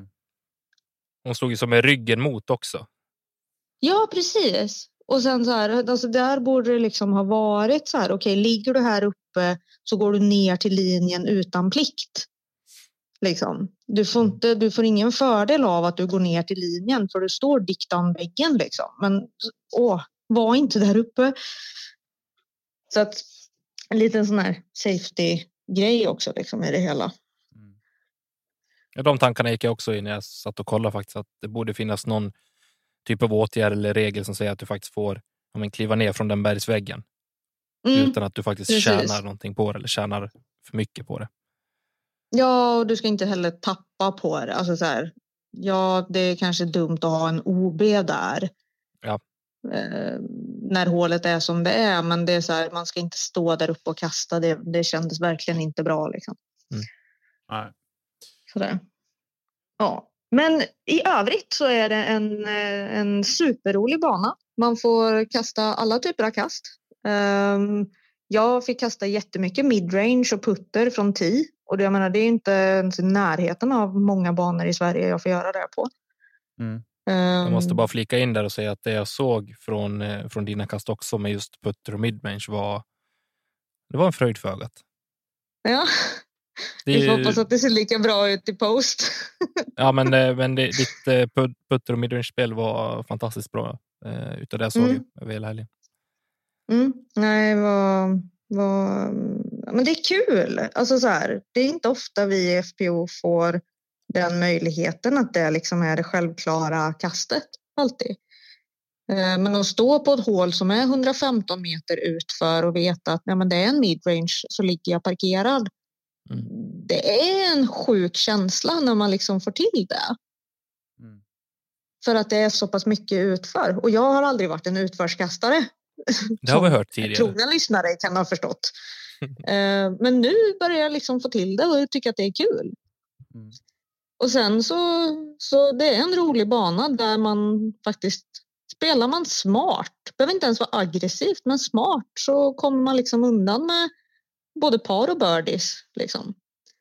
Hon stod ju som med ryggen mot också. Ja, precis. Och sen så här, alltså där borde det liksom ha varit så här, okej, ligger du här uppe så går du ner till linjen utan plikt. Liksom. Du får ingen fördel av att du går ner till linjen för du står diktan väggen liksom. Men var inte där uppe. Så att en liten sån här safety-grej också liksom i det hela. Ja, de tankarna gick jag också in när jag satt och kollade faktiskt att det borde finnas någon typ av åtgärd eller regel som säger att du faktiskt får kliva ner från den bergsväggen utan att du faktiskt tjänar någonting på det eller tjänar för mycket på det. Ja, och du ska inte heller tappa på det. Alltså så här, ja, det är kanske dumt att ha en OB där. Ja. När hålet är som det är, men det är så här, man ska inte stå där uppe och kasta. Det kändes verkligen inte bra liksom. Nej. Sådär. Ja. Men i övrigt så är det en superrolig bana. Man får kasta alla typer av kast. Jag fick kasta jättemycket midrange och putter från tee. Och det är inte ens i närheten av många banor i Sverige jag får göra det på. Jag måste bara flika in där och säga att det jag såg från dina kast också med just putter och midrange det var en fröjd för ögat. Ja. Vi får hoppas att det ser lika bra ut i post. Ja, men ditt putter och midrange-spel var fantastiskt bra utav det jag såg över hela helgen. Nej, men det är kul. Alltså så här, det är inte ofta vi i FPO får den möjligheten att det liksom är det självklara kastet alltid. Men att stå på ett hål som är 115 meter utför och veta att men det är en midrange så ligger jag parkerad. Det är en sjuk känsla när man liksom får till det. För att det är så pass mycket utför. Och jag har aldrig varit en utförskastare. Det har vi hört tidigare. Trogna lyssnare kan ha förstått. Men nu börjar jag liksom få till det och tycker att det är kul. Och sen så det är en rolig bana där man faktiskt spelar man smart. Behöver inte ens vara aggressivt, men smart så kommer man liksom undan med både par och birdies liksom.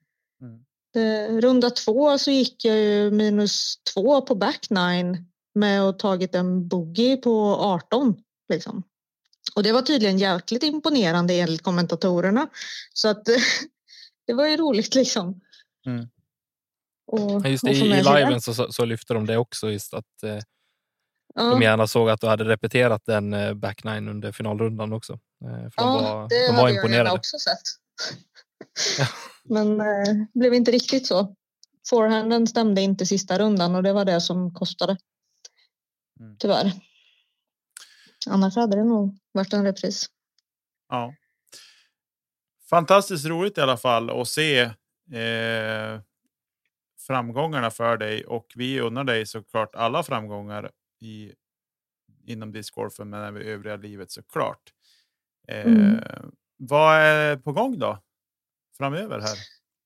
Runda 2 så gick jag ju -2 på back 9 med att tagit en bogey på 18 liksom. Och det var tydligen jäkligt imponerande enligt kommentatorerna. Så att det var ju roligt liksom. Och just i liven så lyfter de det också just att de gärna såg att du hade repeterat den back 9 under finalrundan också. För de var imponerade. Jag också sett. Men blev inte riktigt så. Forehanden stämde inte sista rundan och det var det som kostade. Tyvärr. Annars hade det nog varit en repris. Ja. Fantastiskt roligt i alla fall att se framgångarna för dig. Och vi unnar dig såklart alla framgångar inom discgolfen men även övriga livet såklart. Vad är på gång då? Framöver här?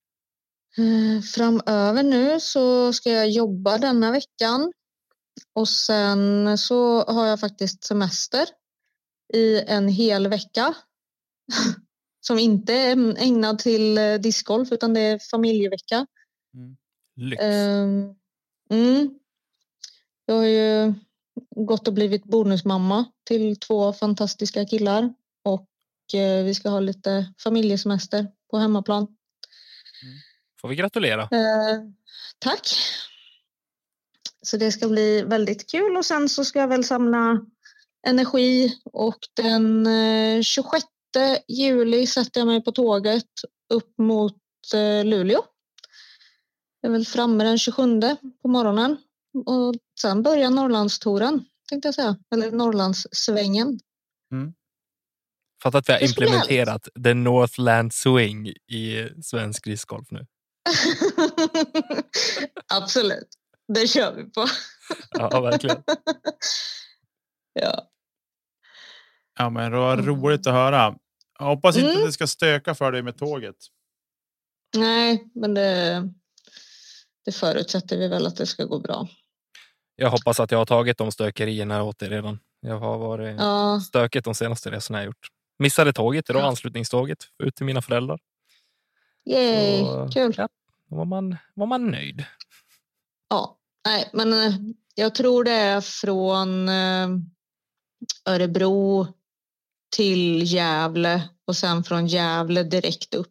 Framöver nu så ska jag jobba denna veckan. Och sen så har jag faktiskt semester i en hel vecka. Som inte är ägnad till discgolf utan det är familjevecka. Lyx. Jag har ju gått och blivit bonusmamma till 2 fantastiska killar. Och vi ska ha lite familjesemester på hemmaplan. Får vi gratulera. Tack. Så det ska bli väldigt kul. Och sen så ska jag väl samla energi. Och den 26 juli sätter jag mig på tåget upp mot Luleå. Jag är väl framme den 27 på morgonen. Och sen börjar Norrlandstouren, tänkte jag säga. Eller Norrlandssvängen. Fattar att vi har implementerat the Northland Swing i svensk discgolf nu. Absolut. Det kör vi på. Ja, verkligen. Ja. Ja, men det var roligt att höra. Jag hoppas inte att det ska stöka för dig med tåget. Nej, men det förutsätter vi väl att det ska gå bra. Jag hoppas att jag har tagit de stökerierna åt er redan. Jag har varit stökigt de senaste resorna jag gjort. Missade tåget idag, anslutningståget ut till mina föräldrar. Yay, kul. Ja, då var man nöjd. Ja, nej, men jag tror det är från Örebro till Gävle och sen från Gävle direkt upp.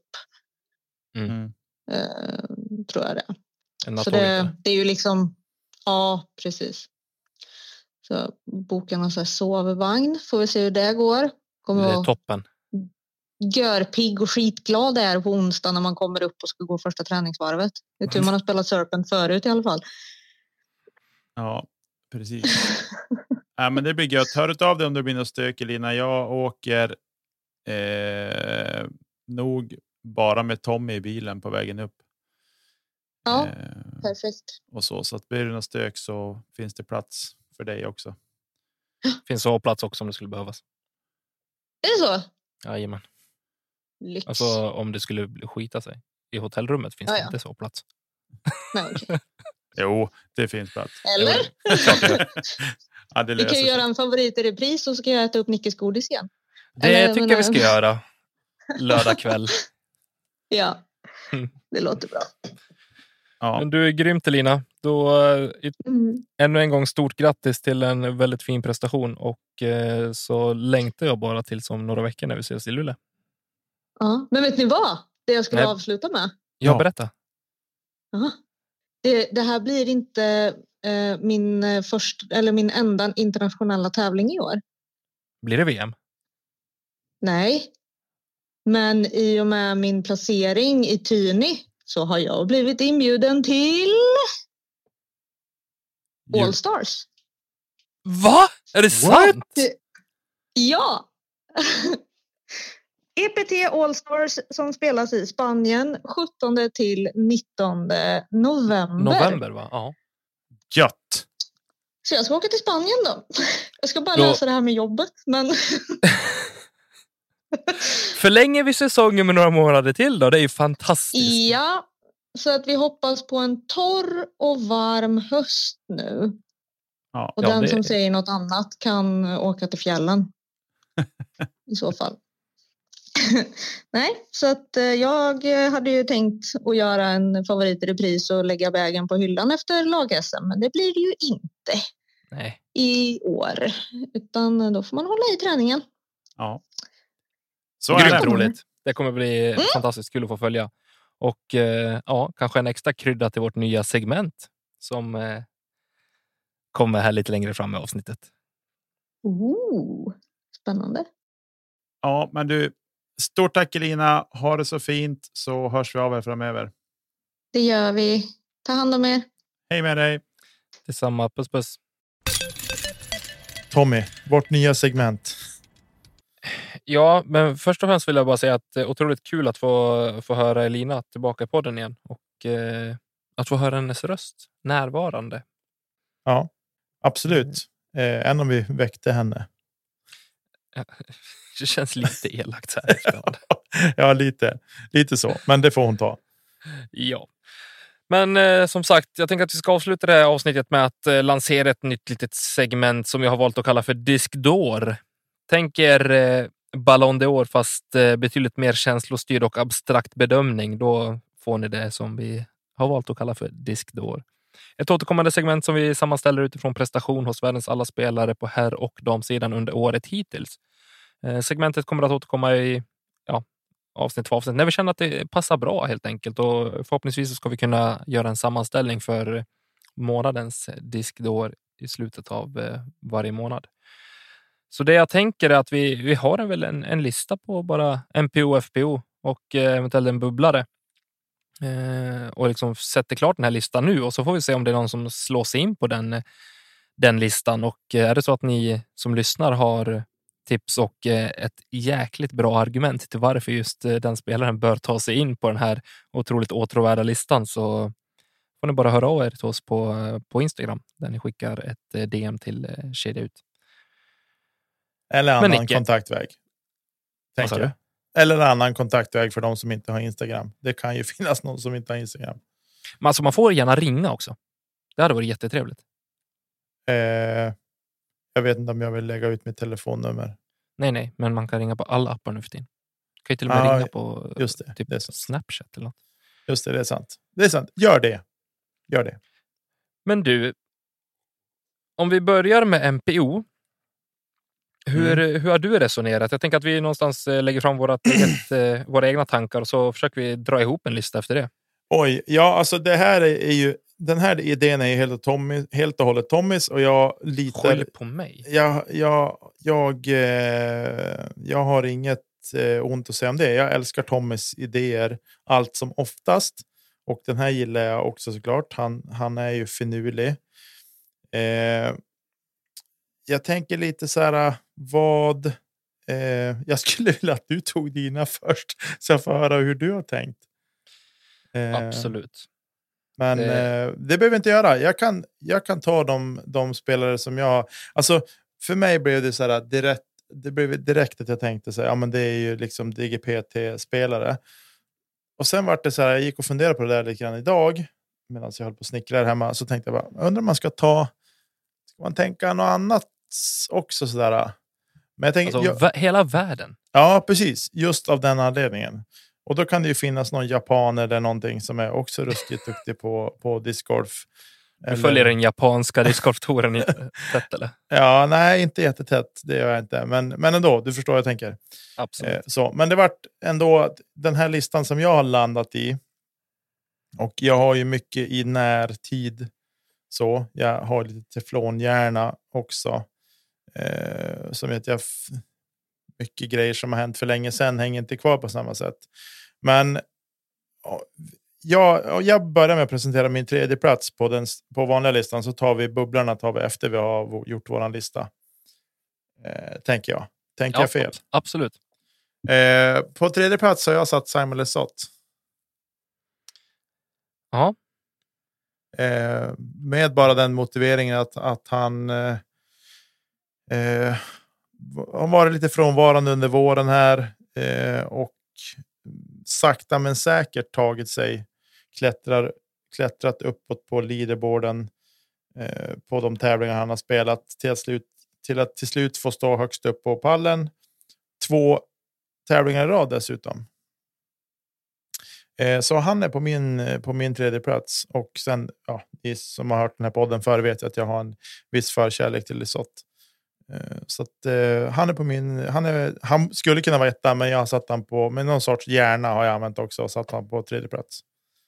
Tror jag det. Så det är ju liksom, ja, precis. Så boken har så här sovvagn, får vi se hur det går. Kommer det är toppen. Görpigg och skitglad där på onsdag när man kommer upp och ska gå första träningsvarvet. Det är tur man har spelat Serpent förut i alla fall. Ja, precis. Ja, men det blir gött. Hör av dig om det blir något stök, Elina. Jag åker nog bara med Tommy i bilen på vägen upp. Ja, perfekt. Och så att blir det något stök så finns det plats för dig också. Finns sovplats också om det skulle behövas. Är det så? Jajamän. Lyx. Alltså om det skulle skita sig. I hotellrummet finns det inte sovplats. Nej, okay. Jo, det finns plats. Eller? Ja, vi kan göra en favorit i repris och så ska jag äta upp Nickes godis igen. Det tycker jag vi ska göra. Lördag kväll. Ja, det låter bra. Ja. Men du är grymt, Elina. Då ännu en gång stort grattis till en väldigt fin prestation och så längtar jag bara till som några veckor när vi ses i Luleå. Ja, men vet ni vad? Det jag ska avsluta med. Ja, berätta. Aha. Det här blir inte min enda internationella tävling i år. Blir det VM? Nej. Men i och med min placering i Tyni så har jag blivit inbjuden till All Stars. Va? Är det sant? Ja. EPT All Stars som spelas i Spanien 17 till 19 november. November, va? Ja. Gött. Så jag ska åka till Spanien då. Jag ska bara lösa det här med jobbet, men förlänger vi säsongen med några månader till då? Det är ju fantastiskt. Ja, så att vi hoppas på en torr och varm höst nu. Ja, och den som säger något annat kan åka till fjällen. I så fall. Nej, så att jag hade ju tänkt att göra en favorit i repris och lägga bägen på hyllan efter lag-SM. Men det blir det ju inte i år. Utan då får man hålla i träningen. Ja. Så är det roligt. Det kommer bli fantastiskt kul att få följa. Och kanske en extra krydda till vårt nya segment som kommer här lite längre fram i avsnittet. Spännande. Ja, men du, stort tack Elina. Ha det så fint så hörs vi av er framöver. Det gör vi. Ta hand om er. Hej med dig. Detsamma. Puss puss. Tommy, vårt nya segment. Ja, men först och främst vill jag bara säga att det är otroligt kul att få höra Elina tillbaka i podden igen. Och att få höra hennes röst närvarande. Ja, absolut. Än om vi väckte henne. Det känns lite elakt så här. Ja, lite så. Men det får hon ta. Ja. Men som sagt, jag tänker att vi ska avsluta det här avsnittet med att lansera ett nytt litet segment som jag har valt att kalla för Disc d'Or. Tänk er Ballon d'Or fast betydligt mer känslostyrd och abstrakt bedömning. Då får ni det som vi har valt att kalla för Disc d'Or. Ett återkommande segment som vi sammanställer utifrån prestation hos världens alla spelare på herr- och damsidan under året hittills. Segmentet kommer att återkomma i avsnitt för avsnitt när vi känner att det passar bra helt enkelt, och förhoppningsvis ska vi kunna göra en sammanställning för månadens disk då i slutet av varje månad. Så det jag tänker är att vi har väl en lista på bara MPO, FPO och eventuellt en bubblare. Och liksom sätter klart den här listan nu, och så får vi se om det är någon som slår sig in på den listan, och är det så att ni som lyssnar har tips och ett jäkligt bra argument till varför just den spelaren bör ta sig in på den här otroligt åtråvärda listan, så får ni bara höra av er till oss på Instagram där ni skickar ett DM till Kedja Ut. Eller annan kontaktväg. Tänker jag. Eller annan kontaktväg för de som inte har Instagram. Det kan ju finnas någon som inte har Instagram. Men alltså man får gärna ringa också. Det hade varit jättetrevligt. Jag vet inte om jag vill lägga ut mitt telefonnummer. Nej, men man kan ringa på alla appar nu för tiden. Kan ju till och med ringa på just det, typ det Snapchat eller något. Just det, det är sant. Det är sant. Gör det. Men du, om vi börjar med MPO, hur har du resonerat? Jag tänker att vi någonstans lägger fram våra egna tankar, och så försöker vi dra ihop en lista efter det. Oj, ja, alltså det här är ju, den här idén är helt och hållet Tommys, och jag litar... Skyll på mig. Jag har inget ont att säga om det. Jag älskar Tommys idéer allt som oftast, och den här gillar jag också såklart. Han är ju finurlig. Jag tänker lite så här, jag skulle vilja att du tog dina först, så jag får höra hur du har tänkt. Absolut. Men det behöver inte göra. Jag kan ta de spelare som jag... Alltså, för mig blev det så här det blev direkt att jag tänkte så här, ja men det är ju liksom DGPT-spelare. Och sen var det så här, jag gick och funderade på det där lite grann idag, medan jag höll på att snickra här hemma, så tänkte jag bara, undrar om man ska man tänka något annat också sådär. Men jag tänker, alltså, hela världen. Ja, precis. Just av den anledningen. Och då kan det ju finnas någon japan eller någonting som är också ruskigt duktig på discgolf. Du följer den japanska discgolftouren tätt eller? Ja, nej, inte jättetätt. Det gör jag inte. Men ändå, du förstår vad jag tänker. Absolut. Men det vart ändå den här listan som jag har landat i. Och jag har ju mycket i närtid. Så jag har lite teflonhjärna också. Som vet jag, mycket grejer som har hänt för länge sedan hänger inte kvar på samma sätt. Men jag börjar med att presentera min tredje plats på vanliga listan, så tar vi bubblarna efter vi har gjort våran lista. Tänker jag. Tänker jag fel? Absolut. På tredje plats har jag satt Simon Lizotte. Ja. Med bara den motiveringen att han har varit lite frånvarande under våren här, och sakta men säkert tagit sig klättrat uppåt på leaderboarden på de tävlingar han har spelat till att till slut få stå högst upp på pallen 2 tävlingar i rad dessutom. Så han är på min tredje plats, och sen ni som har hört den här podden förr vet att jag har en viss förkärlek till Lizotte. Så att han är på han skulle kunna vara etta, men jag har satt han på, med någon sorts hjärna har jag använt också, och satt han på tredje plats.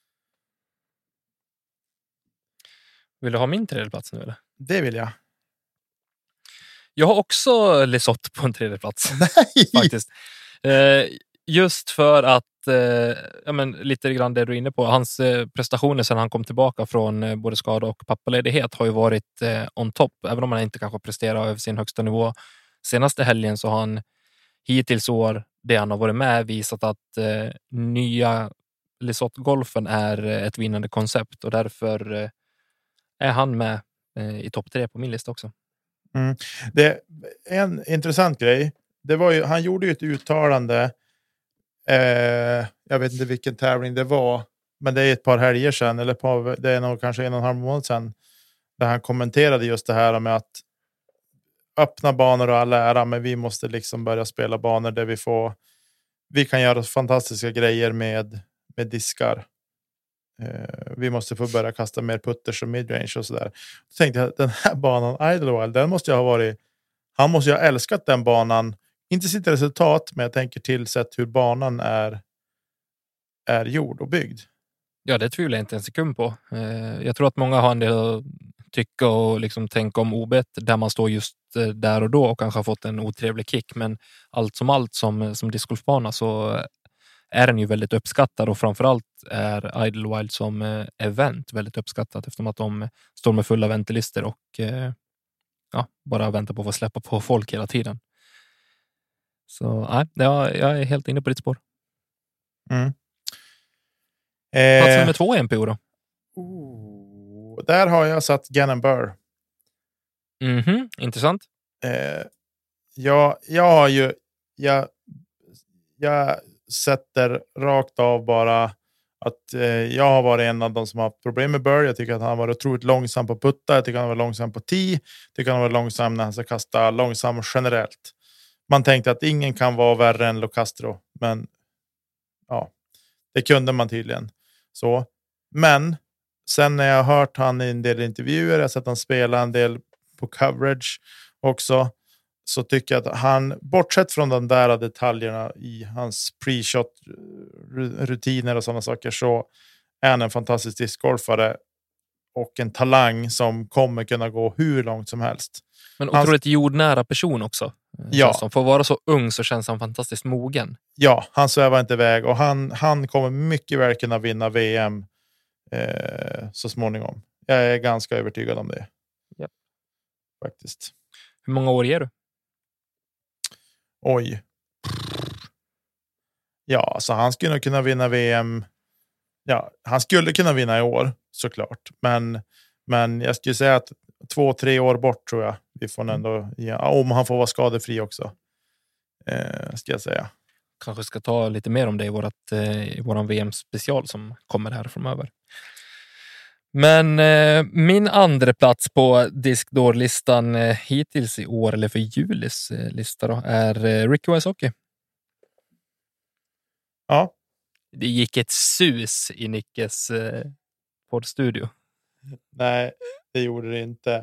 Vill du ha min tredje plats nu eller? Det vill jag. Jag har också Lizotte på en tredje plats. Nej! Faktiskt. Just för att lite grann det du är inne på, hans prestationer sedan han kom tillbaka från både skada och pappaledighet har ju varit on top, även om han inte kanske presterar över sin högsta nivå. Senaste helgen så har han hittills år det han har varit med visat att nya Lizotte-golfen är ett vinnande koncept, och därför är han med i topp 3 på min lista också. Det är en intressant grej. Det var ju, han gjorde ju ett uttalande. Jag vet inte vilken tävling det var, men det är ett par helger sedan, det är nog kanske 1,5 månad sedan, där han kommenterade just det här med att öppna banor och all ära, men vi måste liksom börja spela banor där vi kan göra fantastiska grejer med diskar. Vi måste få börja kasta mer putters och midrange och sådär. Då tänkte jag, den här banan Idlewild, den måste jag ha varit, han måste ju ha älskat den banan. Inte sitt resultat, men jag tänker tillsett hur banan är gjord och byggd. Ja, det tvivlar jag inte en sekund på. Jag tror att många har en del att tycka och liksom tänka om OB där man står just där och då och kanske har fått en otrevlig kick. Men allt som discgolfbana så är den ju väldigt uppskattad och framförallt är Idlewild som event väldigt uppskattat eftersom att de står med fulla väntelister och bara väntar på att få släppa på folk hela tiden. Så jag är helt inne på ditt spår. Mm. Plats nummer 2 i NPO då? Där har jag satt Gannon Buhr. Intressant. Jag sätter rakt av bara att jag har varit en av de som har haft problem med Buhr. Jag tycker att han har varit otroligt långsam på putta. Jag tycker att han var långsam på tee. Jag tycker att han var långsam när han ska kasta långsam generellt. Man tänkte att ingen kan vara värre än Locastro. Men ja, det kunde man tydligen. Så. Men sen när jag har hört han i en del intervjuer, jag har sett han spela en del på coverage också, så tycker jag att han, bortsett från de där detaljerna i hans pre-shot rutiner och sådana saker, så är han en fantastisk discgolfare och en talang som kommer kunna gå hur långt som helst. Men otroligt jordnära person också. Ja. Som får vara så ung så känns han fantastiskt mogen. Ja, han svävar inte iväg och han kommer mycket väl kunna vinna VM så småningom. Jag är ganska övertygad om det. Ja. Faktiskt. Hur många år ger du? Oj. Ja, så han skulle nog kunna vinna VM. Ja, han skulle kunna vinna i år såklart. Men jag skulle säga att 2-3 år bort tror jag. Vi får ändå, om han får vara skadefri också. Ska jag säga. Kanske ska ta lite mer om det i våran VM-special som kommer här framöver. Men min andra plats på Discdor-listan hittills i år, eller för julis lista då, är Ricky Wysocki. Ja. Det gick ett sus i Nickes poddstudio. Nej, det gjorde det inte.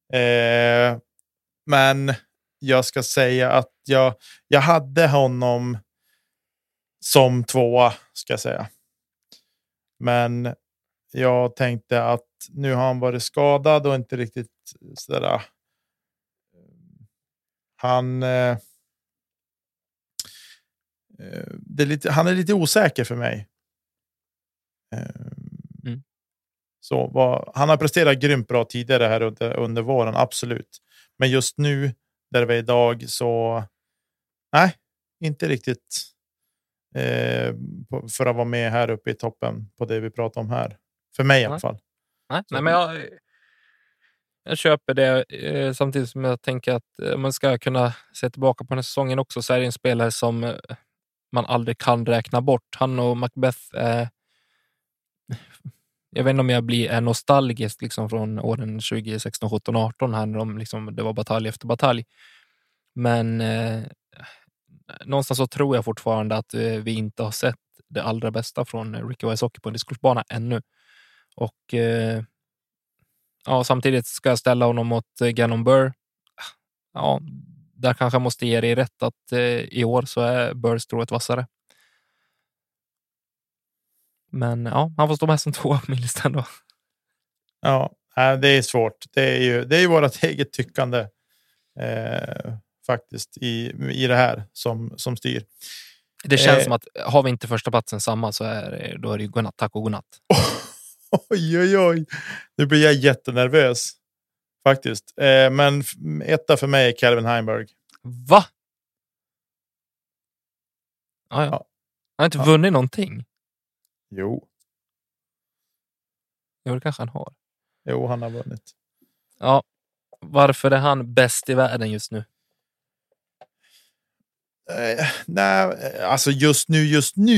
Men jag ska säga att jag hade honom som 2:a, ska jag säga. Men jag tänkte att nu har han varit skadad och inte riktigt sådär. Han är lite osäker för mig. Så han har presterat grymt bra tidigare här under våren, absolut. Men just nu, där vi är idag, så nej, inte riktigt för att vara med här uppe i toppen på det vi pratar om här. För mig i alla fall. Nej, men jag köper det samtidigt som jag tänker att man ska kunna se tillbaka på den här säsongen också, så är det en spelare som man aldrig kan räkna bort. Han och Macbeth jag vet inte om jag är nostalgisk liksom från åren 2016, 17, 18 här när det var batalj efter batalj. Men någonstans så tror jag fortfarande att vi inte har sett det allra bästa från Ricky Wysocki på en discgolfbana ännu. Och samtidigt ska jag ställa honom mot Gannon Buhr. Ja, där kanske jag måste ge dig rätt att i år så är Buhr strået vassare. Men ja, han får stå med som 2 på min lista då. Ja, det är svårt. Det är ju vårt eget tyckande faktiskt i det här som styr. Det känns som att har vi inte första platsen samma så då är det ju godnatt, tack och godnatt. Oj. Nu blir jag jättenervös faktiskt. Men etta för mig är Calvin Heimburg. Va? Ja. Han har inte vunnit någonting. Jo, det kanske han har. Jo, han har vunnit. Ja, varför är han bäst i världen just nu? Nej, alltså just nu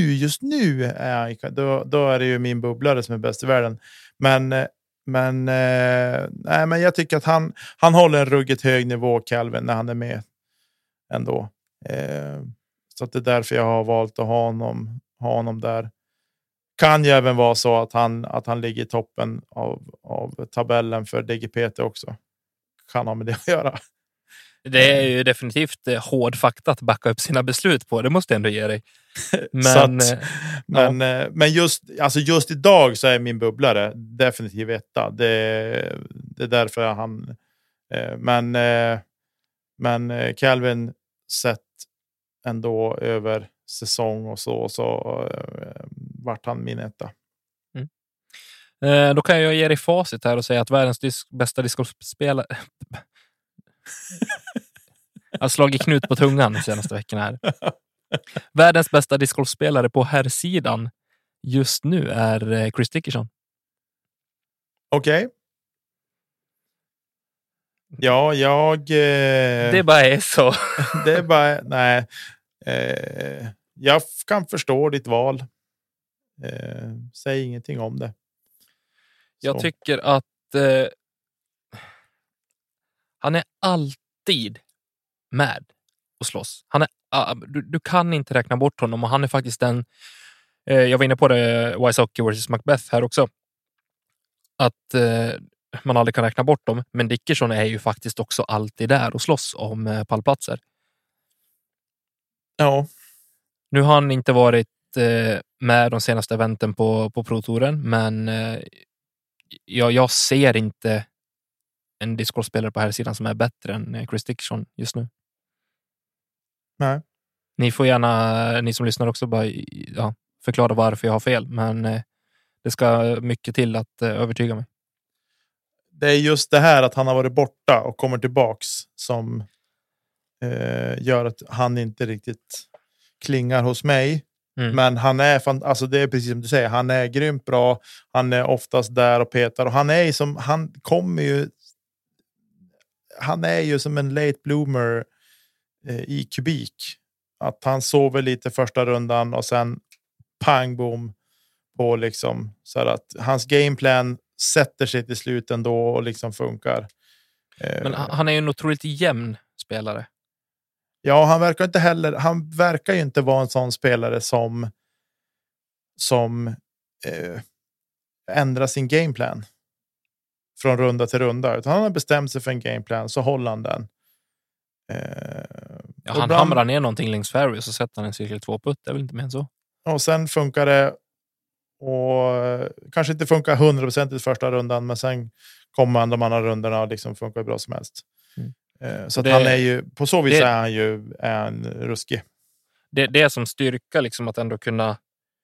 då är det ju min bubblare som är bäst i världen. Men jag tycker att han håller en ruggigt hög nivå, Calvin, när han är med ändå. Så att det är därför jag har valt att ha honom där. kan ju även vara så att han ligger i toppen av tabellen för DGPT också. Kan ha med det att göra. Det är ju definitivt hård fakta att backa upp sina beslut på. Det måste jag ändå ge dig. Men just idag så är min bubblare definitivt etta. Det är därför han... Men Calvin sett ändå över säsong och så vart han min etta. Då kan jag ge dig facit här och säga att världens bästa discgolfspelare... Jag har slagit knut på tungan de senaste veckorna här. Världens bästa discgolfspelare på herrsidan just nu är Chris Dickerson. Okej. Ja, det bara är så. Det är bara... Nej. Jag kan förstå ditt val. Säg ingenting om det. Jag tycker att han är alltid med och slåss. Han är, du kan inte räkna bort honom och han är faktiskt den... jag var inne på det Wysocki vs Macbeth här också. Att man aldrig kan räkna bort dem. Men Dickerson är ju faktiskt också alltid där och slåss om pallplatser. Ja. Nu har han inte varit med de senaste eventen på Pro-touren, men jag ser inte en discgolfspelare på här sidan som är bättre än Chris Dickerson just nu. Nej. Ni får gärna, ni som lyssnar också, bara förklara varför jag har fel, men det ska mycket till att övertyga mig. Det är just det här att han har varit borta och kommer tillbaks som gör att han inte riktigt klingar hos mig. Men han är alltså det är precis som du säger, han är grymt bra. Han är oftast där och petar och han är ju som en late bloomer i kubik. Att han sover lite första rundan och sen pang boom på liksom så här att hans gameplan sätter sig till slut ändå och liksom funkar. Men han är ju en otroligt jämn spelare. Ja, han verkar ju inte vara en sån spelare som ändrar sin gameplan från runda till runda. Utan han har bestämt sig för en gameplan, så håller han den. Han hamrar ner någonting längs fairway och så sätter han en cirkel 2-putt. Det är väl inte mer än så. Och sen funkar det och kanske inte funkar 100% i första rundan, men sen kommer han de andra rundorna och liksom funkar bra som helst. Så att han är ju, på så vis är han ju en ruskig. Det är som styrka liksom att ändå kunna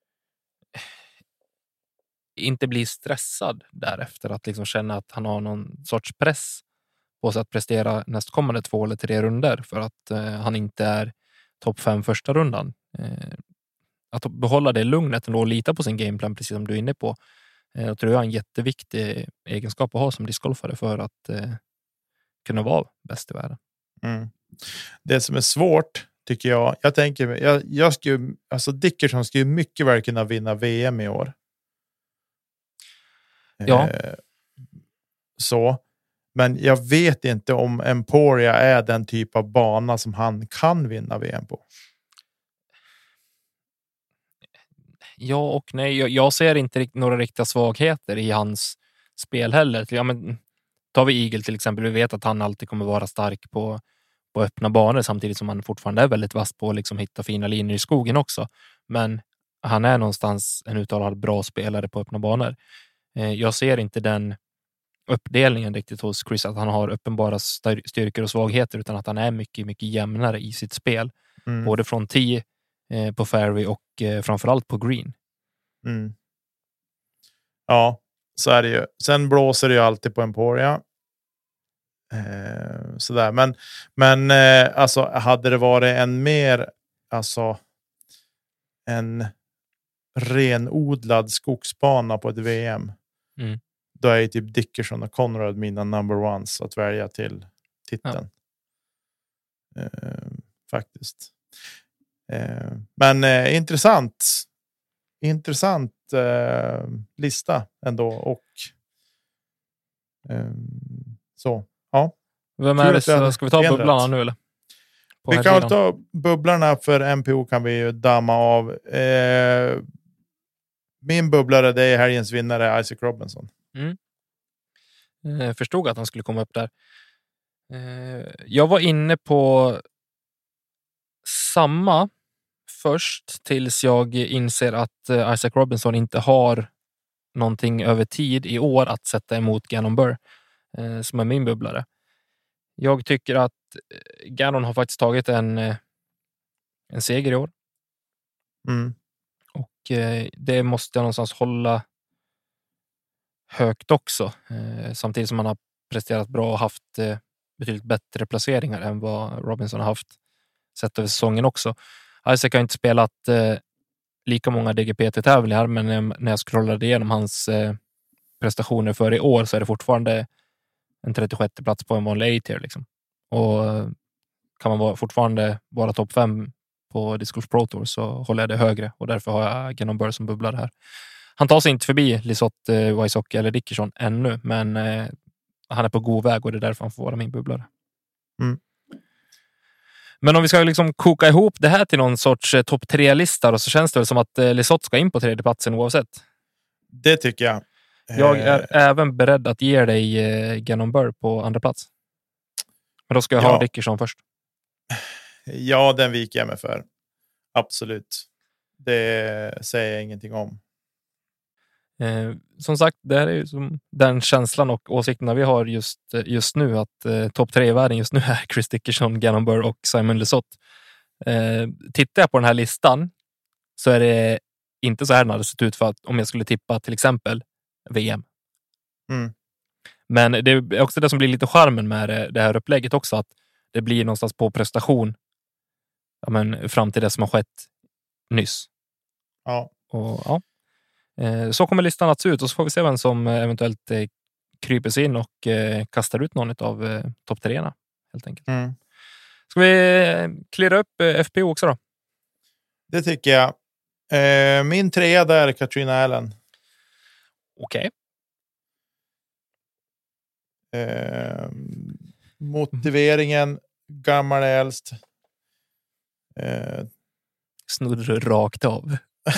inte bli stressad därefter, att liksom känna att han har någon sorts press på sig att prestera nästkommande 2 eller 3 runder för att han inte är topp 5 första rundan. Att behålla det lugnet och lita på sin gameplan, precis som du är inne på. Jag tror jag är en jätteviktig egenskap att ha som discgolfare för att kunna vara bäst i världen. Det som är svårt tycker jag tänker jag skulle, alltså Dickerson skulle mycket väl kunna vinna VM i år. Ja. Så, men jag vet inte om Emporia är den typ av bana som han kan vinna VM på. Ja och nej. Jag ser inte några riktiga svagheter i hans spel heller. Ja, men tar vi Eagle till exempel. Vi vet att han alltid kommer vara stark på öppna banor, samtidigt som han fortfarande är väldigt vass på att liksom hitta fina linjer i skogen också. Men han är någonstans en uttalad bra spelare på öppna banor. Jag ser inte den uppdelningen riktigt hos Chris, att han har uppenbara styrkor och svagheter, utan att han är mycket, mycket jämnare i sitt spel. Både från tee på fairway och framförallt på green. Ja, så är det ju. Sen blåser det ju alltid på Emporia. Sådär. Men alltså hade det varit en renodlad skogsbana på ett VM, då är typ Dickerson och Conrad mina number ones att välja till titeln. Faktiskt. Men intressant lista ändå, och så. Ja. Vem är det? Ska vi ta bubblarna nu eller? Vi kan ta bubblarna för MPO, kan vi ju damma av. min bubblare, det är helgens vinnare Isaac Robinson. Förstod att han skulle komma upp där. Jag var inne på samma först tills jag inser att Isaac Robinson inte har någonting över tid i år att sätta emot Gannon Buhr, som är min bubblare. Jag tycker att Gannon har faktiskt tagit en seger i år. Och det måste jag någonstans hålla högt också. Samtidigt som han har presterat bra och haft betydligt bättre placeringar än vad Robinson har haft sett över säsongen också. Isaac har inte spelat lika många DGPT-tävlingar, men när jag scrollade igenom hans prestationer för i år så är det fortfarande en 36:e plats på en vanlig A-tier liksom. Och kan man fortfarande vara topp 5 på Disc Golf Pro Tour så håller jag det högre, och därför har jag Gannon Buhr som bubblar här. Han tar sig inte förbi Lizotte, Wysocki eller Dickerson ännu, men han är på god väg och det är därför han får vara min bubblare. Men om vi ska liksom koka ihop det här till någon sorts topp 3-lista, så känns det väl som att Lizotte ska in på 3:e platsen oavsett. Det tycker jag. Jag är även beredd att ge dig Gannon Buhr på andra plats. Men då ska jag ha Dickerson först. Ja, den viker jag mig för. Absolut. Det säger jag ingenting om. Som sagt, det här är ju som den känslan och åsikterna vi har just nu, att topp 3 i världen just nu är Chris Dickerson, Gannon Buhr och Simon Lizotte. Tittar jag på den här listan så är det inte så här den hade sett ut för att om jag skulle tippa till exempel VM. Men det är också det som blir lite charmen med det här upplägget också, att det blir någonstans på prestation fram till det som har skett nyss. Ja. Och ja. Så kommer listan att se ut, och så får vi se vem som eventuellt kryper sig in och kastar ut någon av topp 3:orna helt enkelt. Ska vi klira upp FPO också då? Det tycker jag. Min 3 där är Katrina Allen. Okej. Motiveringen, gammal äldst. Snodde du rakt av?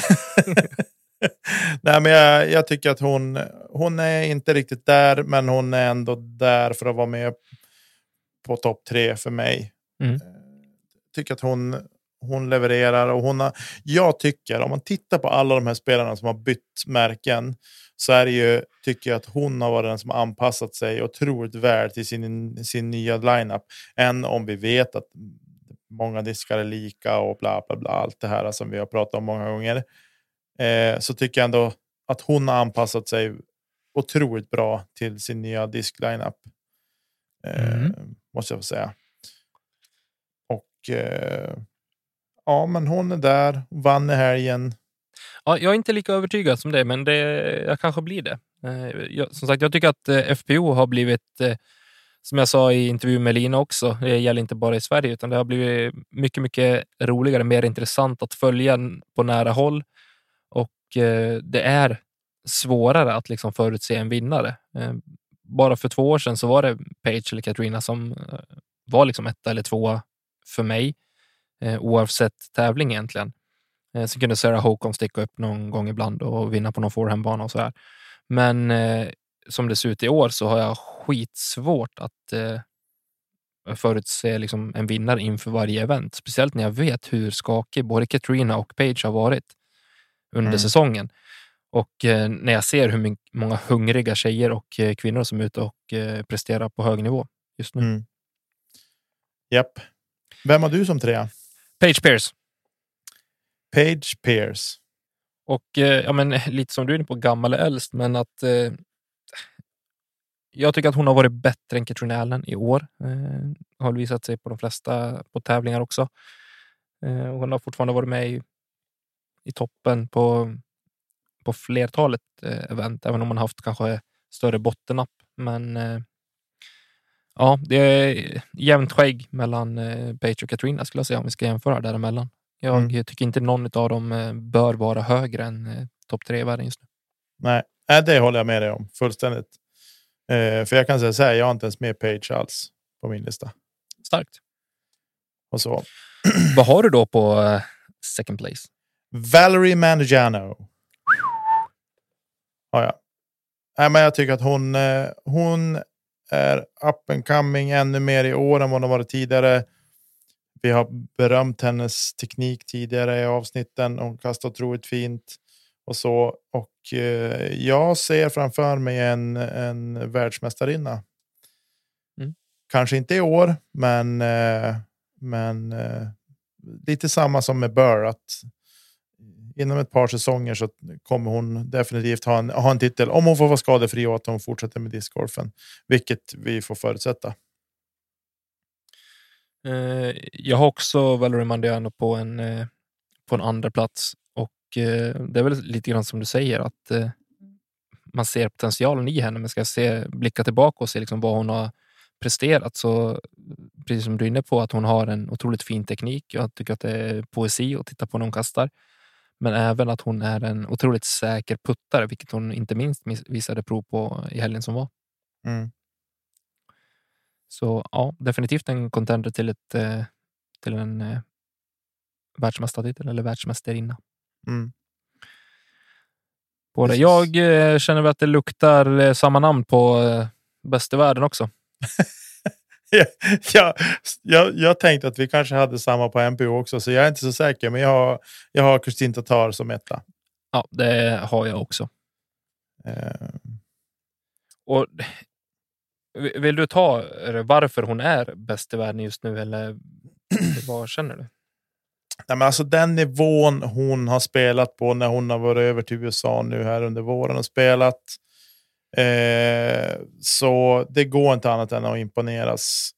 Nej, men jag tycker att hon är inte riktigt där, men hon är ändå där för att vara med på topp 3 för mig. Tycker att hon levererar, och jag tycker, om man tittar på alla de här spelarna som har bytt märken, så är det ju, tycker jag att hon har varit den som har anpassat sig otroligt väl till sin nya lineup, än om vi vet att många diskar är lika och bla bla bla, allt det här som vi har pratat om många gånger. Så tycker jag ändå att hon har anpassat sig otroligt bra till sin nya disk-lineup. Måste jag få säga. Och ja, men hon är där, vann i helgen. Ja, jag är inte lika övertygad som det, men jag kanske blir det. Som sagt, jag tycker att FPO har blivit, som jag sa i intervju med Lina också, det gäller inte bara i Sverige, utan det har blivit mycket, mycket roligare, mer intressant att följa på nära håll. Och det är svårare att liksom förutse en vinnare. Bara för 2 år sedan så var det Paige eller Katrina som var liksom 1 eller 2 för mig, oavsett tävling egentligen. Så kunde Sarah Håkon sticka upp någon gång ibland och vinna på någon forehand-bana och så här. Men som det ser ut i år så har jag skitsvårt att förutse liksom en vinnare inför varje event. Speciellt när jag vet hur skakig både Katrina och Paige har varit under säsongen. Och när jag ser hur många hungriga tjejer och kvinnor som är ute och presterar på hög nivå just nu. Japp. Vem har du som 3? Paige Pierce. Paige Pierce. Och ja, men lite som du är inne på, gammal eller äldst, men att jag tycker att hon har varit bättre än Katrina Allen i år. Har visat sig på de flesta på tävlingar också. Hon har fortfarande varit med i toppen på flertalet event, även om man haft kanske större bottennapp. Men ja, det är jämnt skägg mellan Paige och Katrina, skulle jag säga, om vi ska jämföra däremellan. Jag tycker inte någon av dem bör vara högre än topp 3 i världen just nu. Nej, det håller jag med dig om fullständigt. För jag kan säga så här, jag har inte ens med Paige alls på min lista. Starkt. Och så. Vad har du då på second place? Valerie Mangiano. Ja. Nej, men jag tycker att hon är up and coming ännu mer i år än vad hon varit tidigare. Vi har berömt hennes teknik tidigare i avsnitten. Hon kastar otroligt fint och så. Och jag ser framför mig en världsmästarinna. Kanske inte i år, men lite samma som med Burr, att inom ett par säsonger så kommer hon definitivt ha en titel om hon får vara skadefri och att hon fortsätter med discgolfen, vilket vi får förutsätta. Jag har också Valerie Mandiano på en andra plats, och det är väl lite grann som du säger, att man ser potentialen i henne, men ska blicka tillbaka och se liksom vad hon har presterat, så precis som du är inne på, att hon har en otroligt fin teknik. Jag tycker att det är poesi att titta på när hon kastar, men även att hon är en otroligt säker puttare, vilket hon inte minst visade prov på i helgen som var. Så ja, definitivt en contender till en världsmästartitel eller världsmästarinna. Både jag känner väl att det luktar samma namn på bäst i världen också. Jag tänkte att vi kanske hade samma på MPO också, så jag är inte så säker, men jag har Kristin Tatar som etta. Ja, det har jag också. Och vill du ta varför hon är bäst i världen just nu, eller vad känner du? Nej, men alltså den nivån hon har spelat på när hon har varit över till USA nu här under våren och spelat, så det går inte annat än att imponeras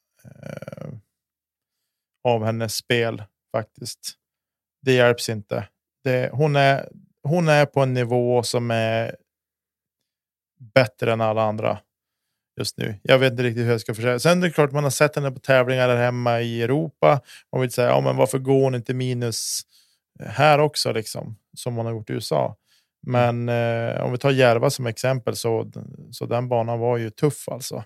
av hennes spel faktiskt. Det hjälps inte. Hon är på en nivå som är bättre än alla andra just nu. Jag vet inte riktigt hur jag ska försöka. Sen är det klart man har sett henne på tävlingar där hemma i Europa. Man vill säga, ja, men varför går hon inte minus här också liksom, som hon har gjort i USA. Men om vi tar Järva som exempel, så den banan var ju tuff alltså.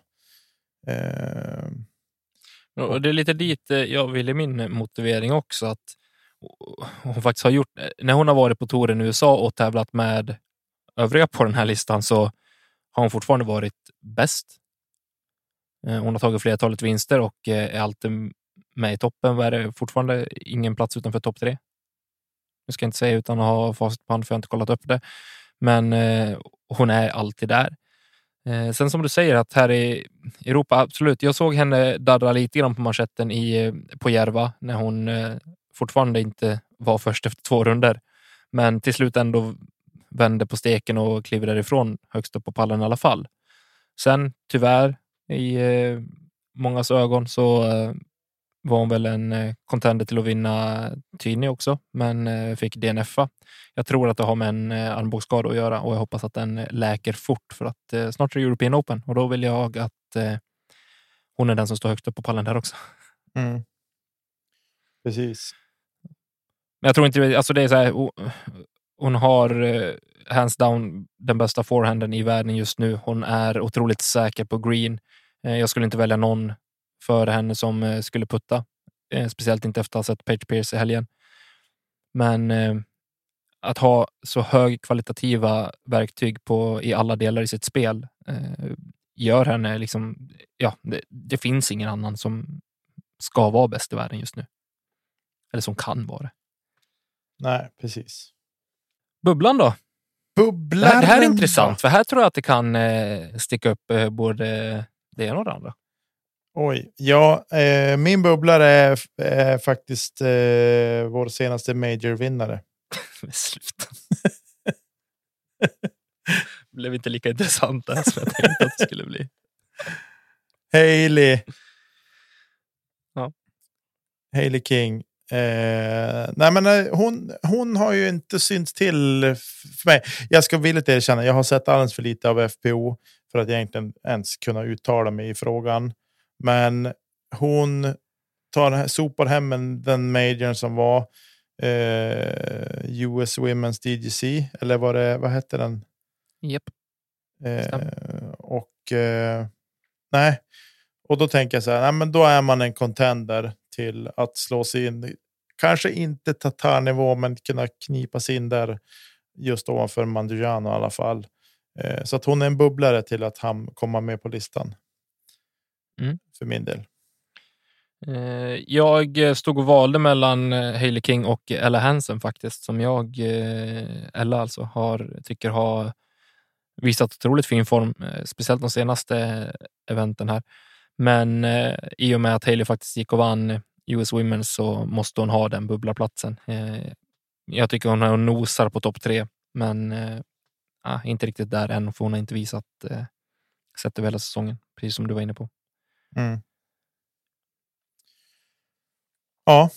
Och det är lite dit jag vill i min motivering också, att hon faktiskt har gjort, när hon har varit på touren i USA och tävlat med övriga på den här listan, så har hon fortfarande varit bäst. Hon har tagit flertalet vinster och är alltid med i toppen. Var det fortfarande ingen plats utanför topp 3? Jag ska inte säga utan att ha facit på hand, för jag har inte kollat upp det. Men hon är alltid där. Sen som du säger, att här i Europa, absolut. Jag såg henne darra lite grann på manschetten på Järva när hon fortfarande inte var först efter 2 runder. Men till slut ändå vände på steken och klev därifrån högst upp på pallen i alla fall. Sen tyvärr i mångas ögon så var hon väl en contender till att vinna Tyni också, men fick DNFa. Jag tror att det har med en armbågsskada att göra, och jag hoppas att den läker fort, för att snart är det European Open, och då vill jag att hon är den som står högst upp på pallen där också. Precis. Men jag tror inte, alltså det är så här, hon har hands down den bästa forehanden i världen just nu. Hon är otroligt säker på green. Jag skulle inte välja någon för henne som skulle putta. Speciellt inte efter att ha sett Paige Pierce i helgen. Men att ha så högkvalitativa verktyg i alla delar i sitt spel gör henne liksom, ja, det finns ingen annan som ska vara bäst i världen just nu. Eller som kan vara. Nej, precis. Bubblan då? Bubblan. Det här är intressant, för här tror jag att det kan sticka upp både det ena och det andra. Oj, ja, min bubblare är faktiskt vår senaste major-vinnare. Sluta. Blev inte lika intressant som jag tänkte att det skulle bli. Hailey. Ja. Hailey King. Nej, men hon har ju inte synts till för mig. Jag ska villigt erkänna, jag har sett alldeles för lite av FPO för att egentligen ens kunna uttala mig i frågan. Men hon sopar hem den majorn som var US Women's DGC, eller vad hette den? Japp. Nej. Och då tänker jag så här, nej, men då är man en contender till att slå sig in, kanske inte Tatar-nivå, men kunna knipa sig in där just ovanför Mandiano i alla fall. Så att hon är en bubblare till att komma med på listan. För min del. Jag stod och valde mellan Hailey King och Ella Hansen faktiskt, som Ella alltså tycker har visat otroligt fin form, speciellt de senaste eventen här. Men i och med att Hailey faktiskt gick och vann US Women så måste hon ha den bubblarplatsen. Jag tycker hon nosar på topp 3, men inte riktigt där än, för hon har inte visat sett över hela säsongen, precis som du var inne på. Ja.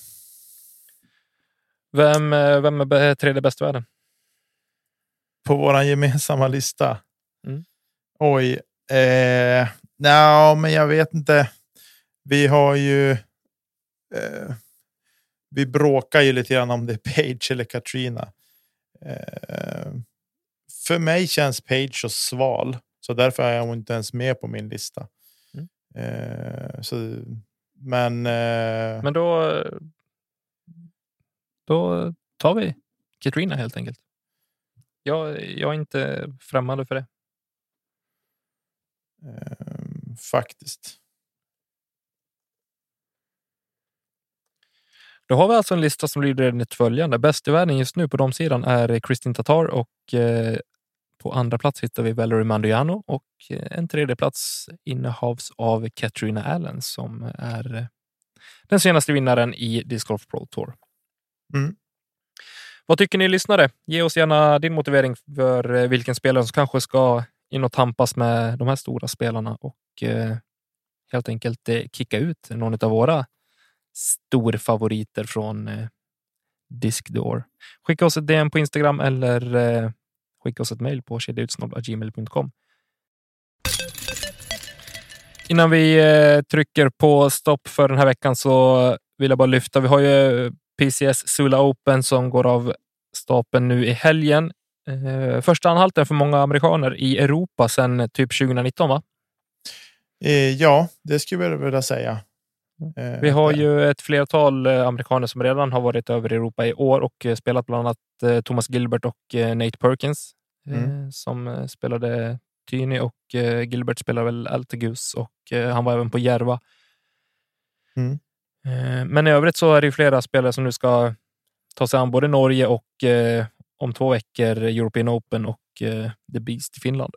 Vem är tredje bäst i världen? På våran gemensamma lista? Oj. Men jag vet inte. Vi har ju... vi bråkar ju lite grann om det är Paige eller Katrina. För mig känns Paige så sval. Så därför är hon inte ens med på min lista. Men då tar vi Katrina helt enkelt. Jag är inte främmande för det. Faktiskt. Då har vi alltså en lista som lyder enligt följande. Bäst i världen just nu på de sidan är Kristin Tattar, och på andra plats hittar vi Valerie Mandiano, och en tredje plats innehavs av Katrina Allen, som är den senaste vinnaren i Disc Golf Pro Tour. Vad tycker ni lyssnare? Ge oss gärna din motivering för vilken spelare som kanske ska in och tampas med de här stora spelarna, och helt enkelt kicka ut någon av våra storfavoriter från Disc Door. Skicka oss ett DM på Instagram eller skicka oss ett mejl på kedjautsnobb@gmail.com. Innan vi trycker på stopp för den här veckan så vill jag bara lyfta. Vi har ju PCS Sula Open som går av stapeln nu i helgen. Första anhalten för många amerikaner i Europa sedan typ 2019, va? Ja, det skulle jag vilja säga. Vi har ju ett flertal amerikaner som redan har varit över Europa i år och spelat, bland annat Thomas Gilbert och Nate Perkins som spelade Tyni, och Gilbert spelade väl Altagus, och han var även på Järva. Men i övrigt så är det ju flera spelare som nu ska ta sig an både Norge och om 2 veckor European Open och The Beast i Finland.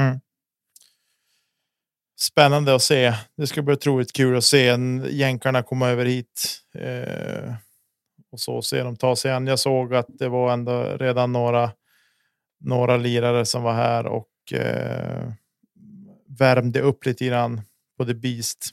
Spännande att se. Det ska bli otroligt kul att se jänkarna komma över hit och så se dem ta sig an. Jag såg att det var ändå redan några lirare som var här och värmde upp lite grann på The Beast.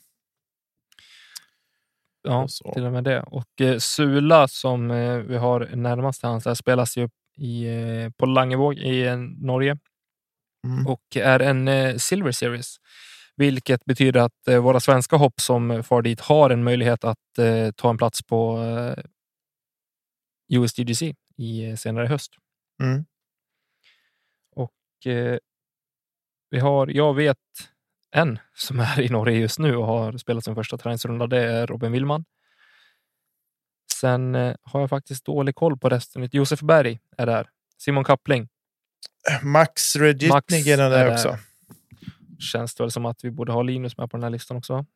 Ja, till och med det. Och Sula som vi har närmast hans där spelas ju på Langevåg i Norge och är en Silver Series. Vilket betyder att våra svenska hopp som far dit har en möjlighet att ta en plats på USDGC i senare höst. Och jag vet en som är i Norge just nu och har spelat sin första träningsrunda. Det är Robin Willman. Sen har jag faktiskt dålig koll på resten. Josef Berg är där. Simon Kappling. Max Regitnigen är där också. Känns det väl som att vi borde ha Linus med på den här listan också?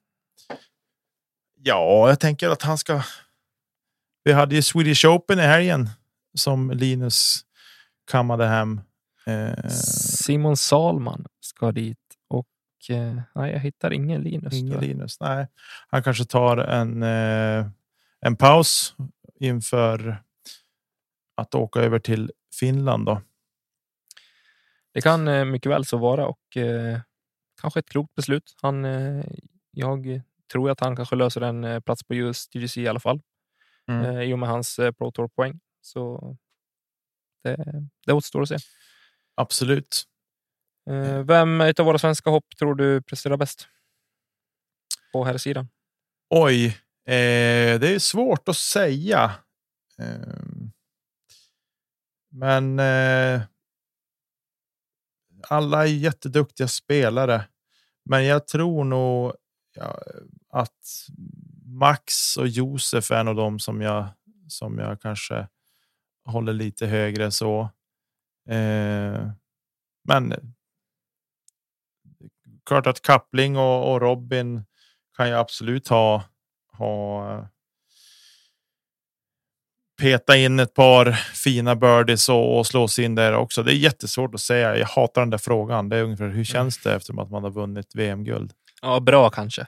Ja, jag tänker att han ska... Vi hade ju Swedish Open i helgen som Linus kammade hem. Simon Salman ska dit. Och nej, jag hittar ingen Linus. Ingen Linus, nej. Han kanske tar en paus inför att åka över till Finland då. Det kan mycket väl så vara, och kanske ett klokt beslut. Jag tror att han kanske löser en plats på USDGC i alla fall. I och med hans Pro Tour poäng. Så det återstår att se. Absolut. Vem av våra svenska hopp tror du presterar bäst på här sidan? Oj, det är svårt att säga. Men alla är jätteduktiga spelare. Men jag tror nog att Max och Josef är nog de som jag kanske håller lite högre så. Men klart att Coupling och Robin kan ju absolut ha peta in ett par fina birdies och slå sig in där också. Det är jättesvårt att säga. Jag hatar den där frågan. Det är ungefär hur känns det efter att man har vunnit VM-guld? Ja, bra kanske.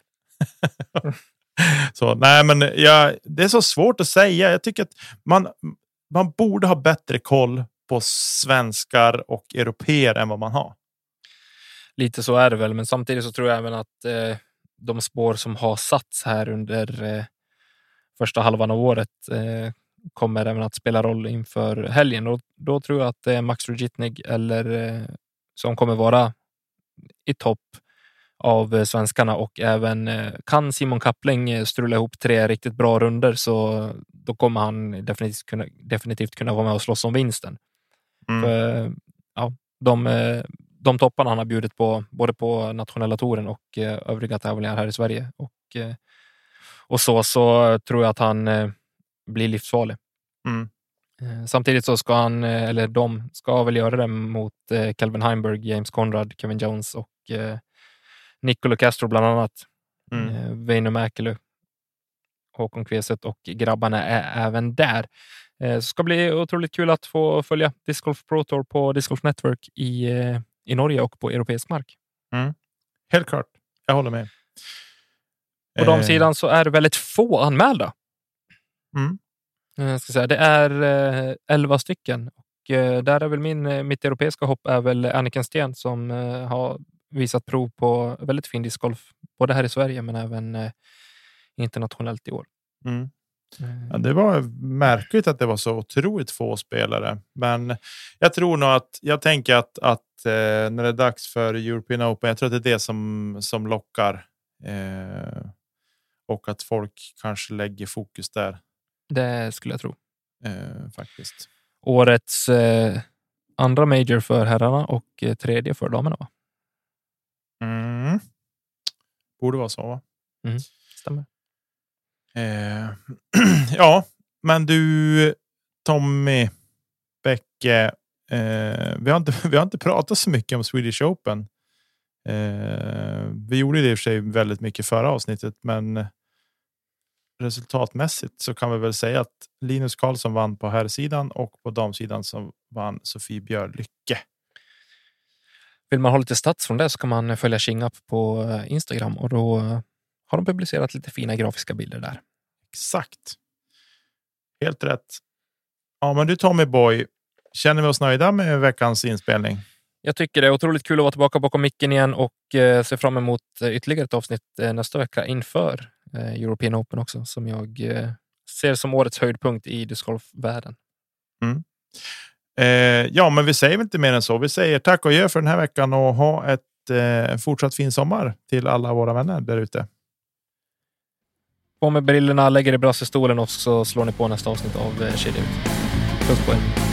Så nej, men det är så svårt att säga. Jag tycker att man borde ha bättre koll på svenskar och europeer än vad man har. Lite så är det väl, men samtidigt så tror jag även att de spår som har satts här under första halvan av året kommer även att spela roll inför helgen. Och då tror jag att det är Max Rugitnig eller som kommer vara i topp av svenskarna, och även kan Simon Coupling strula ihop 3 riktigt bra runder, så då kommer han definitivt kunna vara med och slåss om vinsten. För, ja, de topparna han har bjudit på både på nationella touren och övriga tävlingar här i Sverige, och så tror jag att han blir livsfarlig. Samtidigt så ska han, eller de ska väl göra det mot Calvin Heimburg, James Conrad, Kevin Jones och Nicolo Castro bland annat. Väinö Mäkelä, Håkon Kveset och grabbarna är även där. Så ska bli otroligt kul att få följa Disc Golf Pro Tour på Disc Golf Network i Norge och på europeisk mark. Helt klart, jag håller med. På de sidan så är det väldigt få anmälda. Jag ska säga, det är 11 stycken. Och där är väl mitt europeiska hopp är väl Anniken Sten som har visat prov på väldigt fin discgolf. Både här i Sverige men även internationellt i år. Ja, det var märkligt att det var så otroligt få spelare. Men jag tror nog jag tänker att när det är dags för European Open, jag tror att det är det som lockar. Och att folk kanske lägger fokus där. Det skulle jag tro. Faktiskt. Årets andra major för herrarna och tredje för damerna, va? Borde vara så, va? Stämmer. Ja, men du Tommy Bäcke, vi har inte pratat så mycket om Swedish Open. Vi gjorde det i och för sig väldigt mycket förra avsnittet, men resultatmässigt så kan vi väl säga att Linus Karlsson vann på herrsidan och på damsidan så vann Sofie Björlycke. Vill man ha lite stats från det så kan man följa Kingup på Instagram, och då har de publicerat lite fina grafiska bilder där. Exakt. Helt rätt. Ja, men du Tommy Boy, känner vi oss nöjda med veckans inspelning? Jag tycker det är otroligt kul att vara tillbaka bakom micken igen och se fram emot ytterligare ett avsnitt nästa vecka inför European Open också, som jag ser som årets höjdpunkt i discgolfvärlden. Ja, men vi säger inte mer än så. Vi säger tack och adjö för den här veckan och ha ett fortsatt fin sommar till alla våra vänner där ute. På med brillorna, lägger i brassestolen och så slår ni på nästa avsnitt av Kedja ut. Puss på er.